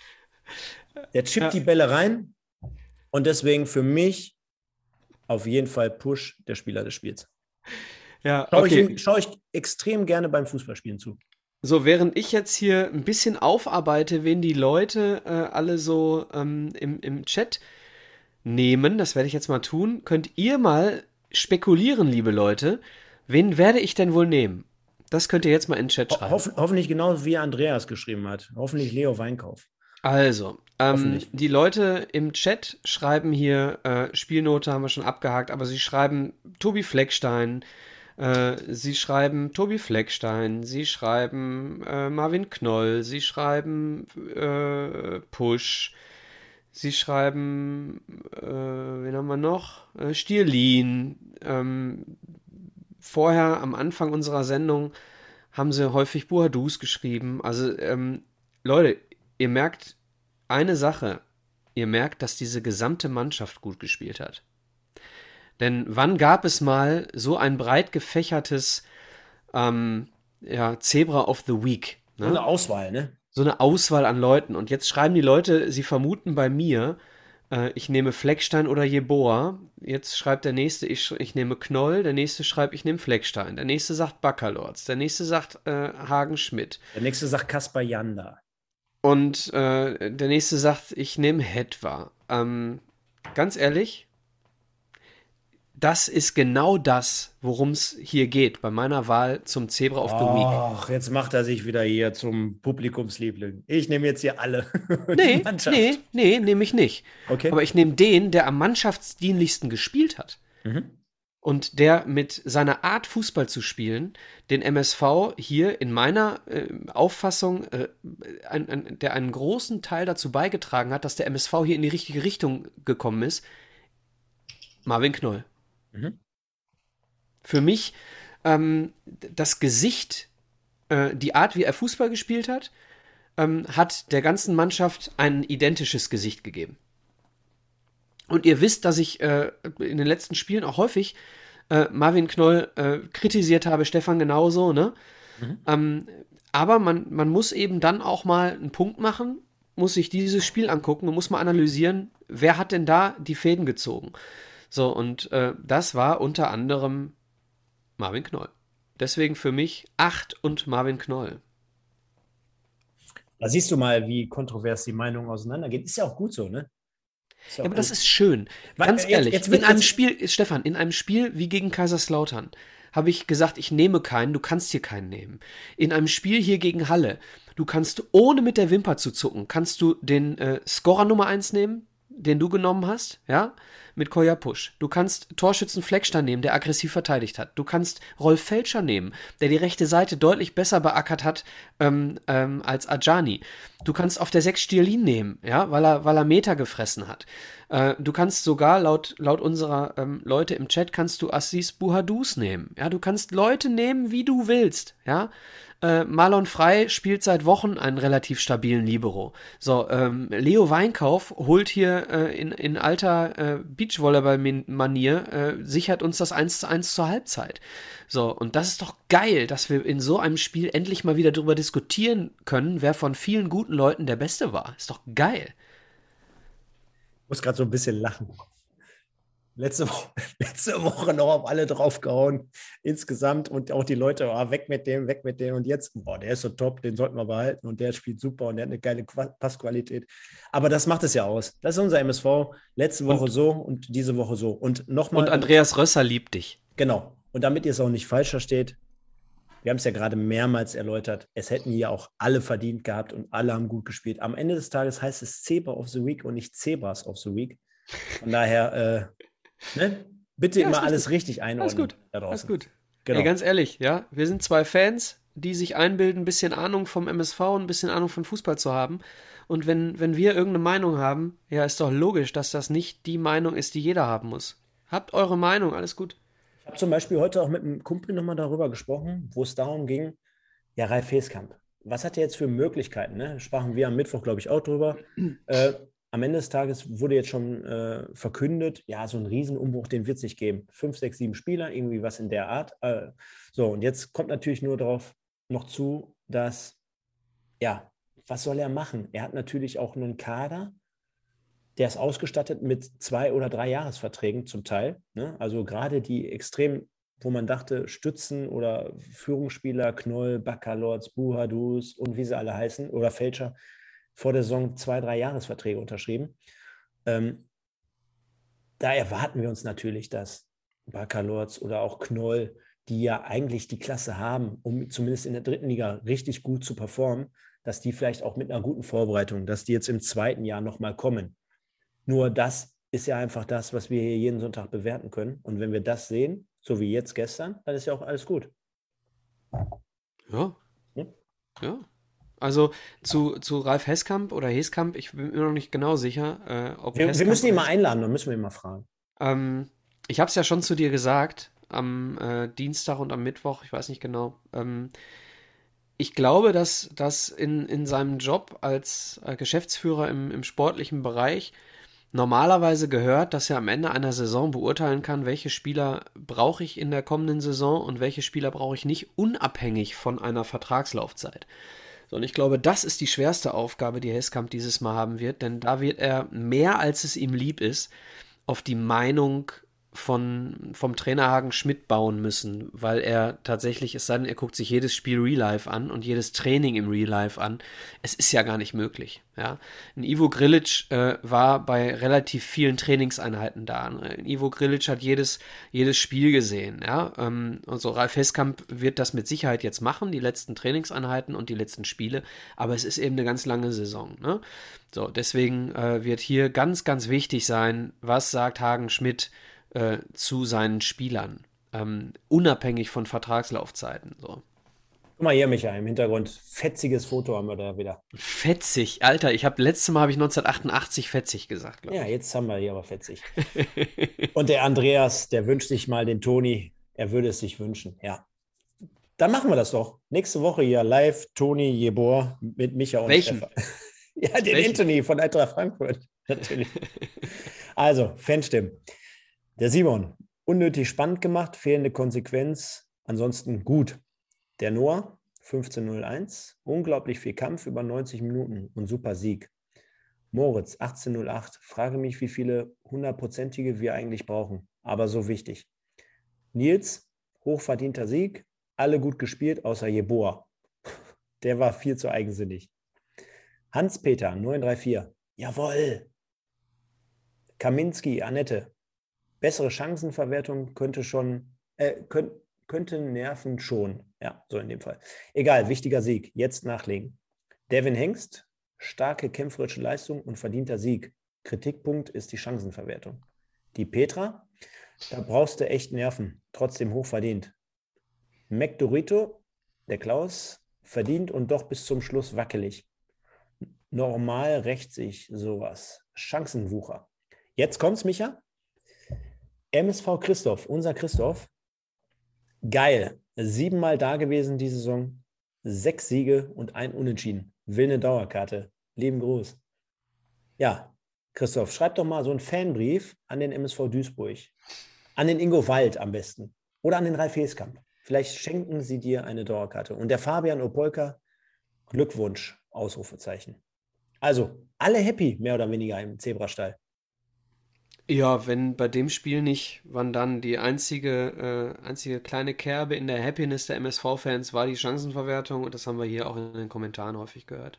Der chippt Ja. die Bälle rein und deswegen für mich auf jeden Fall Push, der Spieler des Spiels. Ja, Schaue ich, okay. ihm- schaue ich extrem gerne beim Fußballspielen zu. So, während ich jetzt hier ein bisschen aufarbeite, wen die Leute äh, alle so ähm, im, im Chat nehmen, das werde ich jetzt mal tun, könnt ihr mal spekulieren, liebe Leute, wen werde ich denn wohl nehmen? Das könnt ihr jetzt mal in den Chat Ho schreiben. hoff hoffentlich genauso wie Andreas geschrieben hat. Hoffentlich Leo Weinkauf. Also, ähm, Hoffentlich. die Leute im Chat schreiben hier, äh, Spielnote haben wir schon abgehakt, aber sie schreiben Tobi Fleckstein, äh, sie schreiben Tobi Fleckstein, sie schreiben äh, Marvin Knoll, sie schreiben äh, Push, sie schreiben, äh, wen haben wir noch? Äh, Stierlin. Ähm, vorher am Anfang unserer Sendung haben sie häufig Buhadus geschrieben. Also, ähm, Leute, ihr merkt eine Sache. Ihr merkt, dass diese gesamte Mannschaft gut gespielt hat. Denn wann gab es mal so ein breit gefächertes ähm, ja, Zebra of the Week? So eine Ne? Auswahl, ne? So eine Auswahl an Leuten. Und jetzt schreiben die Leute, sie vermuten bei mir, äh, ich nehme Fleckstein oder Jeboa. Jetzt schreibt der nächste, ich, ich nehme Knoll. Der nächste schreibt, ich nehme Fleckstein. Der nächste sagt Baccalords. Der nächste sagt äh, Hagen Schmidt. Der nächste sagt Kaspar Janda. Und äh, der nächste sagt, ich nehme Hetwa. Ähm, ganz ehrlich, das ist genau das, worum es hier geht, bei meiner Wahl zum Zebra of the Week. Ach, jetzt macht er sich wieder hier zum Publikumsliebling. Ich nehme jetzt hier alle. Die Nee, Mannschaft. nee, nee, nehme ich nicht. Okay. Aber ich nehme den, der am mannschaftsdienlichsten gespielt hat. Mhm. Und der mit seiner Art, Fußball zu spielen, den M S V hier in meiner äh, Auffassung, äh, ein, ein, der einen großen Teil dazu beigetragen hat, dass der M S V hier in die richtige Richtung gekommen ist, Marvin Knoll. Mhm. Für mich ähm, das Gesicht, äh, die Art, wie er Fußball gespielt hat, ähm, hat der ganzen Mannschaft ein identisches Gesicht gegeben. Und ihr wisst, dass ich äh, in den letzten Spielen auch häufig äh, Marvin Knoll äh, kritisiert habe, Stefan genauso, ne? Mhm. Ähm, aber man, man muss eben dann auch mal einen Punkt machen, muss sich dieses Spiel angucken und muss mal analysieren, wer hat denn da die Fäden gezogen. So, und äh, das war unter anderem Marvin Knoll. Deswegen für mich acht und Marvin Knoll. Da siehst du mal, wie kontrovers die Meinungen auseinandergehen. Ist ja auch gut so, ne? Ist Ja, auch aber das gut. ist schön. Weil, Ganz jetzt- ehrlich, jetzt in wird- einem jetzt- Spiel, Stefan, in einem Spiel wie gegen Kaiserslautern habe ich gesagt, ich nehme keinen, du kannst hier keinen nehmen. In einem Spiel hier gegen Halle, du kannst ohne mit der Wimper zu zucken, kannst du den äh, Scorer Nummer eins nehmen, den du genommen hast, ja, mit Koya Pusch. Du kannst Torschützen Fleckstein nehmen, der aggressiv verteidigt hat. Du kannst Rolf Felscher nehmen, der die rechte Seite deutlich besser beackert hat ähm, ähm, als Ajani. Du kannst auf der sechs Stierlin nehmen, ja, weil er, weil er Meter gefressen hat. Äh, du kannst sogar, laut, laut unserer ähm, Leute im Chat, kannst du Assis Buhadus nehmen. Ja, du kannst Leute nehmen, wie du willst, ja. Äh, Marlon Frey spielt seit Wochen einen relativ stabilen Libero. So, ähm, Leo Weinkauf holt hier äh, in, in alter äh, Beachvolleyball-Manier, äh, sichert uns das eins zu eins zur Halbzeit. So, und das ist doch geil, dass wir in so einem Spiel endlich mal wieder darüber diskutieren können, wer von vielen guten Leuten der Beste war. Ist doch geil. Ich muss gerade so ein bisschen lachen. Letzte Woche, letzte Woche noch auf alle draufgehauen, insgesamt und auch die Leute, oh, weg mit dem, weg mit dem und jetzt, boah, der ist so top, den sollten wir behalten und der spielt super und der hat eine geile Qua- Passqualität. Aber das macht es ja aus. Das ist unser M S V, letzte Woche Und- so und diese Woche so. Und nochmal, Und Andreas Rösser liebt dich. genau, und damit ihr es auch nicht falsch versteht, wir haben es ja gerade mehrmals erläutert, es hätten hier auch alle verdient gehabt und alle haben gut gespielt. Am Ende des Tages heißt es Zebra of the Week und nicht Zebras of the Week. Von daher, äh, ne? Bitte Ja, ist immer alles richtig. richtig einordnen. Alles gut, da alles draußen. gut. Genau. Ey, ganz ehrlich, ja, wir sind zwei Fans, die sich einbilden, ein bisschen Ahnung vom M S V und ein bisschen Ahnung von Fußball zu haben. Und wenn, wenn wir irgendeine Meinung haben, ja, ist doch logisch, dass das nicht die Meinung ist, die jeder haben muss. Habt eure Meinung, alles gut. Ich habe zum Beispiel heute auch mit einem Kumpel nochmal darüber gesprochen, wo es darum ging, ja, Ralf Heeskamp, was hat er jetzt für Möglichkeiten? Ne? Sprachen wir am Mittwoch, glaube ich, auch drüber. Äh, am Ende des Tages wurde jetzt schon äh, verkündet, ja, so ein Riesenumbruch, den wird es nicht geben. Fünf, sechs, sieben Spieler, irgendwie was in der Art. Äh, so, und jetzt kommt natürlich nur darauf noch zu, dass, ja, was soll er machen? Er hat natürlich auch einen Kader, der ist ausgestattet mit zwei- oder drei Jahresverträgen zum Teil. Ne? Also gerade die extrem, wo man dachte, Stützen oder Führungsspieler, Knoll, Baccalords, Buhadus und wie sie alle heißen, oder Fälscher, vor der Saison zwei, drei Jahresverträge unterschrieben. Ähm, da erwarten wir uns natürlich, dass Baccalords oder auch Knoll, die ja eigentlich die Klasse haben, um zumindest in der dritten Liga richtig gut zu performen, dass die vielleicht auch mit einer guten Vorbereitung, dass die jetzt im zweiten Jahr nochmal kommen. Nur das ist ja einfach das, was wir hier jeden Sonntag bewerten können. Und wenn wir das sehen, so wie jetzt gestern, dann ist ja auch alles gut. Ja. Hm? Ja. Also zu, zu Ralf Heskamp oder Heskamp, ich bin mir noch nicht genau sicher, äh, ob Wir, wir Heskamp müssen ihn oder mal einladen, dann müssen wir ihn mal fragen. Ähm, ich habe es ja schon zu dir gesagt, am äh, Dienstag und am Mittwoch, ich weiß nicht genau. Ähm, ich glaube, dass das in, in seinem Job als äh, Geschäftsführer im, im sportlichen Bereich normalerweise gehört, dass er am Ende einer Saison beurteilen kann, welche Spieler brauche ich in der kommenden Saison und welche Spieler brauche ich nicht, unabhängig von einer Vertragslaufzeit. So, und ich glaube, das ist die schwerste Aufgabe, die Heskamp dieses Mal haben wird, denn da wird er mehr als es ihm lieb ist, auf die Meinung von, vom Trainer Hagen Schmidt bauen müssen, weil er tatsächlich, es sei denn, er guckt sich jedes Spiel Real Life an und jedes Training im Real Life an. Es ist ja gar nicht möglich. Ja? Ein Ivo Grilic äh, war bei relativ vielen Trainingseinheiten da. Ein Ivo Grilic hat jedes, jedes Spiel gesehen. Ja? Ähm, also Ralf Heskamp wird das mit Sicherheit jetzt machen, die letzten Trainingseinheiten und die letzten Spiele, aber es ist eben eine ganz lange Saison. Ne? So, deswegen äh, wird hier ganz, ganz wichtig sein, was sagt Hagen Schmidt äh, zu seinen Spielern, ähm, unabhängig von Vertragslaufzeiten. So. Guck mal hier, Micha, im Hintergrund. Fetziges Foto haben wir da wieder. Fetzig, Alter, ich habe letztes Mal habe ich neunzehnhundertachtundachtzig fetzig gesagt, glaube Ja, ich. jetzt haben wir hier aber fetzig. Und der Andreas, der wünscht sich mal den Toni. Er würde es sich wünschen, ja. Dann machen wir das doch. Nächste Woche hier live, Toni Jeboer mit Micha und Welchen? Stefan. Ja, den Welchen? Anthony von Eintracht Frankfurt, natürlich. Also, Fanstimmen. Der Simon, unnötig spannend gemacht, fehlende Konsequenz, ansonsten gut. Der Noah, fünfzehn null eins, unglaublich viel Kampf über neunzig Minuten und super Sieg. Moritz, achtzehn null acht, frage mich, wie viele hundertprozentige wir eigentlich brauchen, aber so wichtig. Nils, hochverdienter Sieg, alle gut gespielt, außer Jeboa. Der war viel zu eigensinnig. Hans-Peter, neun drei vier, jawohl. Kaminski, Annette, bessere Chancenverwertung könnte schon, äh, könnt, könnte nerven schon. Ja, so in dem Fall. Egal, wichtiger Sieg. Jetzt nachlegen. Devin Hengst, starke kämpferische Leistung und verdienter Sieg. Kritikpunkt ist die Chancenverwertung. Die Petra, da brauchst du echt Nerven. Trotzdem hochverdient. McDorito, der Klaus, verdient und doch bis zum Schluss wackelig. Normal rächt sich sowas. Chancenwucher. Jetzt kommt's, Micha. M S V Christoph, unser Christoph, geil. Siebenmal da gewesen diese Saison, sechs Siege und ein Unentschieden. Will eine Dauerkarte. Lieben Gruß. Ja, Christoph, schreib doch mal so einen Fanbrief an den M S V Duisburg. An den Ingo Wald am besten. Oder an den Ralf Heskamp. Vielleicht schenken sie dir eine Dauerkarte. Und der Fabian Opolka, Glückwunsch, Ausrufezeichen. Also, alle happy, mehr oder weniger im Zebrastall. Ja, wenn bei dem Spiel nicht, wann dann die einzige, äh, einzige kleine Kerbe in der Happiness der M S V-Fans war die Chancenverwertung und das haben wir hier auch in den Kommentaren häufig gehört.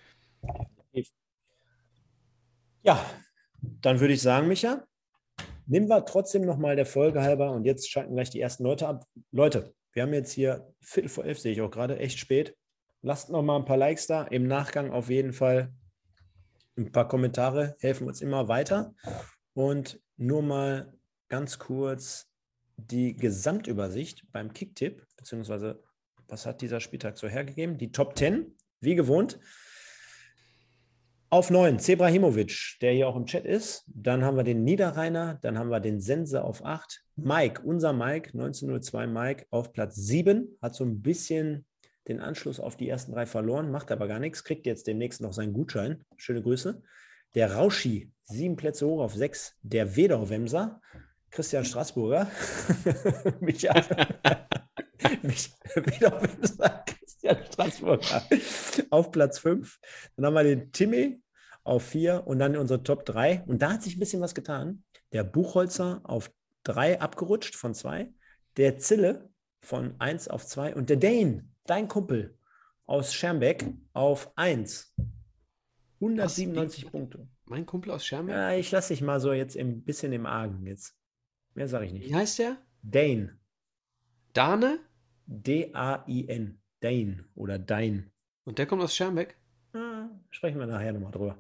Ja, dann würde ich sagen, Micha, nehmen wir trotzdem nochmal der Folge halber und jetzt schalten gleich die ersten Leute ab. Leute, wir haben jetzt hier Viertel vor elf, sehe ich auch gerade, echt spät. Lasst noch mal ein paar Likes da, im Nachgang auf jeden Fall ein paar Kommentare, helfen uns immer weiter. Und nur mal ganz kurz die Gesamtübersicht beim Kicktipp, beziehungsweise was hat dieser Spieltag so hergegeben? Die Top zehn, wie gewohnt. Auf neun, Zebrahimovic, der hier auch im Chat ist. Dann haben wir den Niederrheiner, dann haben wir den Sense auf acht. Mike, unser Mike, neunzehn null zwei Mike auf Platz sieben, hat so ein bisschen den Anschluss auf die ersten drei verloren, macht aber gar nichts, kriegt jetzt demnächst noch seinen Gutschein. Schöne Grüße. Der Rauschi, sieben Plätze hoch auf sechs. Der Wedau-Wemser, Christian Straßburger. Micha. Mich, Wedau-Wemser, Christian Straßburger auf Platz fünf. Dann haben wir den Timmy auf vier und dann unsere Top drei. Und da hat sich ein bisschen was getan. Der Buchholzer auf drei abgerutscht von zwei. Der Zille von eins auf zwei. Und der Dane, dein Kumpel aus Schermbeck, auf eins. hundertsiebenundneunzig Was? Punkte. Mein Kumpel aus Schermbeck? Ja, ich lasse dich mal so jetzt ein bisschen im Argen jetzt. Mehr sage ich Wie nicht. heißt der? Dane. Dane? D A I N. Dane oder Dein. Und der kommt aus Schermbeck? Ah, sprechen wir nachher nochmal drüber.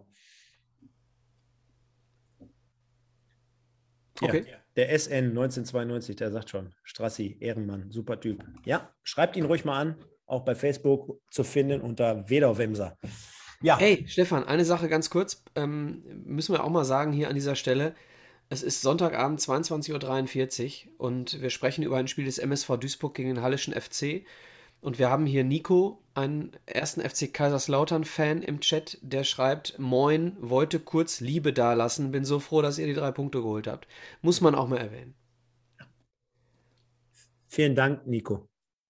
Okay. Ja, der S N neunzehnhundertzweiundneunzig, der sagt schon, Strassi, Ehrenmann, super Typ. Ja, schreibt ihn ruhig mal an, auch bei Facebook zu finden unter Wedau-Wemser. Ja, Hey, Stefan, eine Sache ganz kurz. Ähm, müssen wir auch mal sagen hier an dieser Stelle. Es ist Sonntagabend zweiundzwanzig Uhr dreiundvierzig und wir sprechen über ein Spiel des M S V Duisburg gegen den Hallischen F C. Und wir haben hier Nico, einen ersten F C Kaiserslautern-Fan im Chat, der schreibt: Moin, wollte kurz Liebe dalassen, bin so froh, dass ihr die drei Punkte geholt habt. Muss man auch mal erwähnen. vielen Dank, Nico.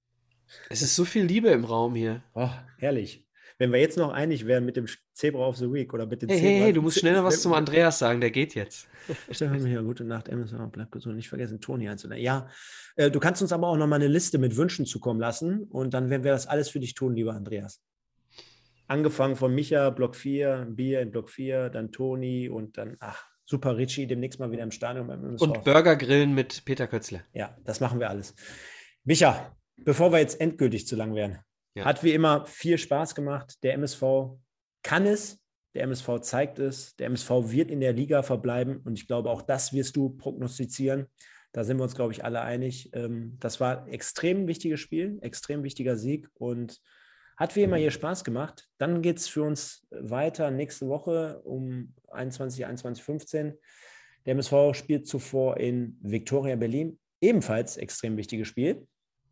Es ist so viel Liebe im Raum hier. Oh, herrlich. Wenn wir jetzt noch einig wären mit dem Zebra of the Week oder mit dem Hey, Zebra. hey, hey, du musst schnell noch was zum Andreas sagen, der geht jetzt. Stefan Michael, gute Nacht, M S V, bleib gesund, nicht vergessen, Toni einzunehmen. Ja, äh, du kannst uns aber auch noch mal eine Liste mit Wünschen zukommen lassen und dann werden wir das alles für dich tun, lieber Andreas. Angefangen von Micha, Block vier, Bier in Block vier, dann Toni und dann, ach, super Richie, demnächst mal wieder im Stadion beim M S V. Und Burger grillen mit Peter Kötzle. Ja, das machen wir alles. Micha, bevor wir jetzt endgültig zu lang werden, Ja. hat wie immer viel Spaß gemacht. Der M S V kann es, der M S V zeigt es, der M S V wird in der Liga verbleiben und ich glaube, auch das wirst du prognostizieren. Da sind wir uns, glaube ich, alle einig. Ähm, Das war ein extrem wichtiges Spiel, extrem wichtiger Sieg und hat wie immer hier Spaß gemacht. Dann geht es für uns weiter nächste Woche um einundzwanzig, einundzwanzig fünfzehn. Der M S V spielt zuvor in Viktoria Berlin, ebenfalls extrem wichtiges Spiel.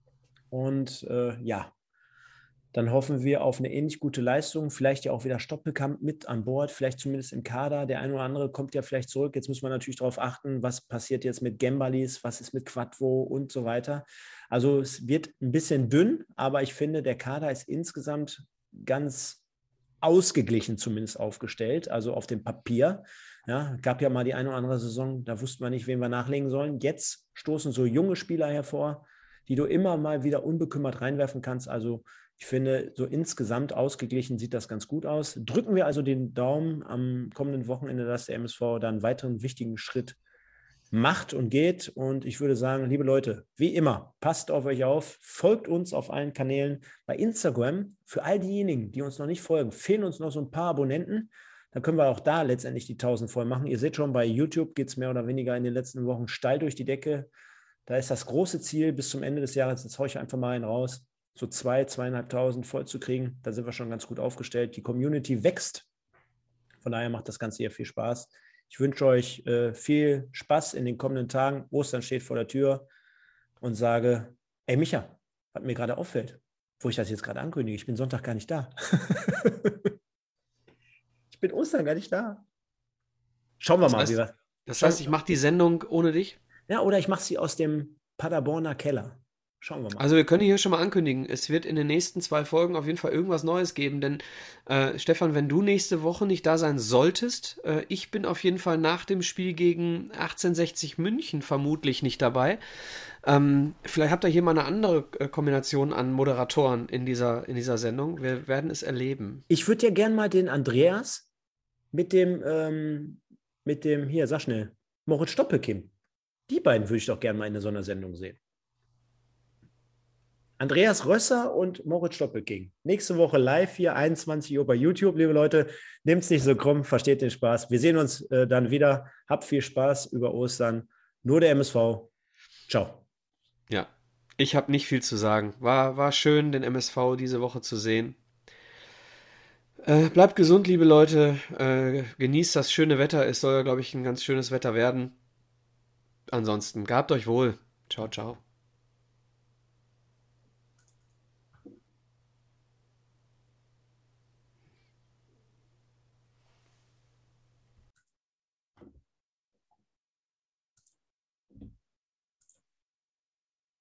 Und äh, ja, dann hoffen wir auf eine ähnlich gute Leistung, vielleicht ja auch wieder Stoppelkamp mit an Bord, vielleicht zumindest im Kader. Der eine oder andere kommt ja vielleicht zurück. Jetzt muss man natürlich darauf achten, was passiert jetzt mit Gembalis, was ist mit Quadvo und so weiter. Also es wird ein bisschen dünn, aber ich finde, der Kader ist insgesamt ganz ausgeglichen zumindest aufgestellt, also auf dem Papier. Ja, gab ja mal die eine oder andere Saison, da wussten wir nicht, wen wir nachlegen sollen. Jetzt stoßen so junge Spieler hervor, die du immer mal wieder unbekümmert reinwerfen kannst. Also ich finde, so insgesamt ausgeglichen sieht das ganz gut aus. Drücken wir also den Daumen am kommenden Wochenende, dass der M S V dann einen weiteren wichtigen Schritt macht und geht. Und ich würde sagen, liebe Leute, wie immer, passt auf euch auf, folgt uns auf allen Kanälen. Bei Instagram, für all diejenigen, die uns noch nicht folgen, fehlen uns noch so ein paar Abonnenten. Dann können wir auch da letztendlich die tausend voll machen. Ihr seht schon, bei YouTube geht es mehr oder weniger in den letzten Wochen steil durch die Decke. Da ist das große Ziel bis zum Ende des Jahres, jetzt haue ich einfach mal einen raus, so zwei, zweieinhalbtausend voll zu kriegen. Da sind wir schon ganz gut aufgestellt. Die Community wächst. Von daher macht das Ganze hier viel Spaß. Ich wünsche euch äh, viel Spaß in den kommenden Tagen. Ostern steht vor der Tür und sage, ey Micha, was mir gerade auffällt, wo ich das jetzt gerade ankündige, ich bin Sonntag gar nicht da. Ich bin Ostern gar nicht da. Schauen wir Das mal, heißt, wie wir. das heißt, ich mache die Sendung ohne dich? Ja, oder ich mache sie aus dem Paderborner Keller. Schauen wir mal. Also wir können hier schon mal ankündigen, es wird in den nächsten zwei Folgen auf jeden Fall irgendwas Neues geben, denn äh, Stefan, wenn du nächste Woche nicht da sein solltest, äh, ich bin auf jeden Fall nach dem Spiel gegen achtzehnhundertsechzig München vermutlich nicht dabei. Ähm, vielleicht habt ihr hier mal eine andere äh, Kombination an Moderatoren in dieser, in dieser Sendung. Wir werden es erleben. Ich würde ja gern mal den Andreas mit dem, ähm, mit dem, hier, sag schnell, Moritz Stoppelkim. Die beiden würde ich doch gerne mal in einer Sondersendung sehen. Andreas Rösser und Moritz Stoppelking. Nächste Woche live hier, einundzwanzig Uhr bei YouTube. Liebe Leute, nehmt es nicht so krumm, versteht den Spaß. Wir sehen uns äh, dann wieder. Habt viel Spaß über Ostern. Nur der M S V. Ciao. Ja, ich habe nicht viel zu sagen. War, war schön, den M S V diese Woche zu sehen. Äh, bleibt gesund, liebe Leute. Äh, genießt das schöne Wetter. Es soll ja, glaube ich, ein ganz schönes Wetter werden. Ansonsten, gehabt euch wohl. Ciao, ciao.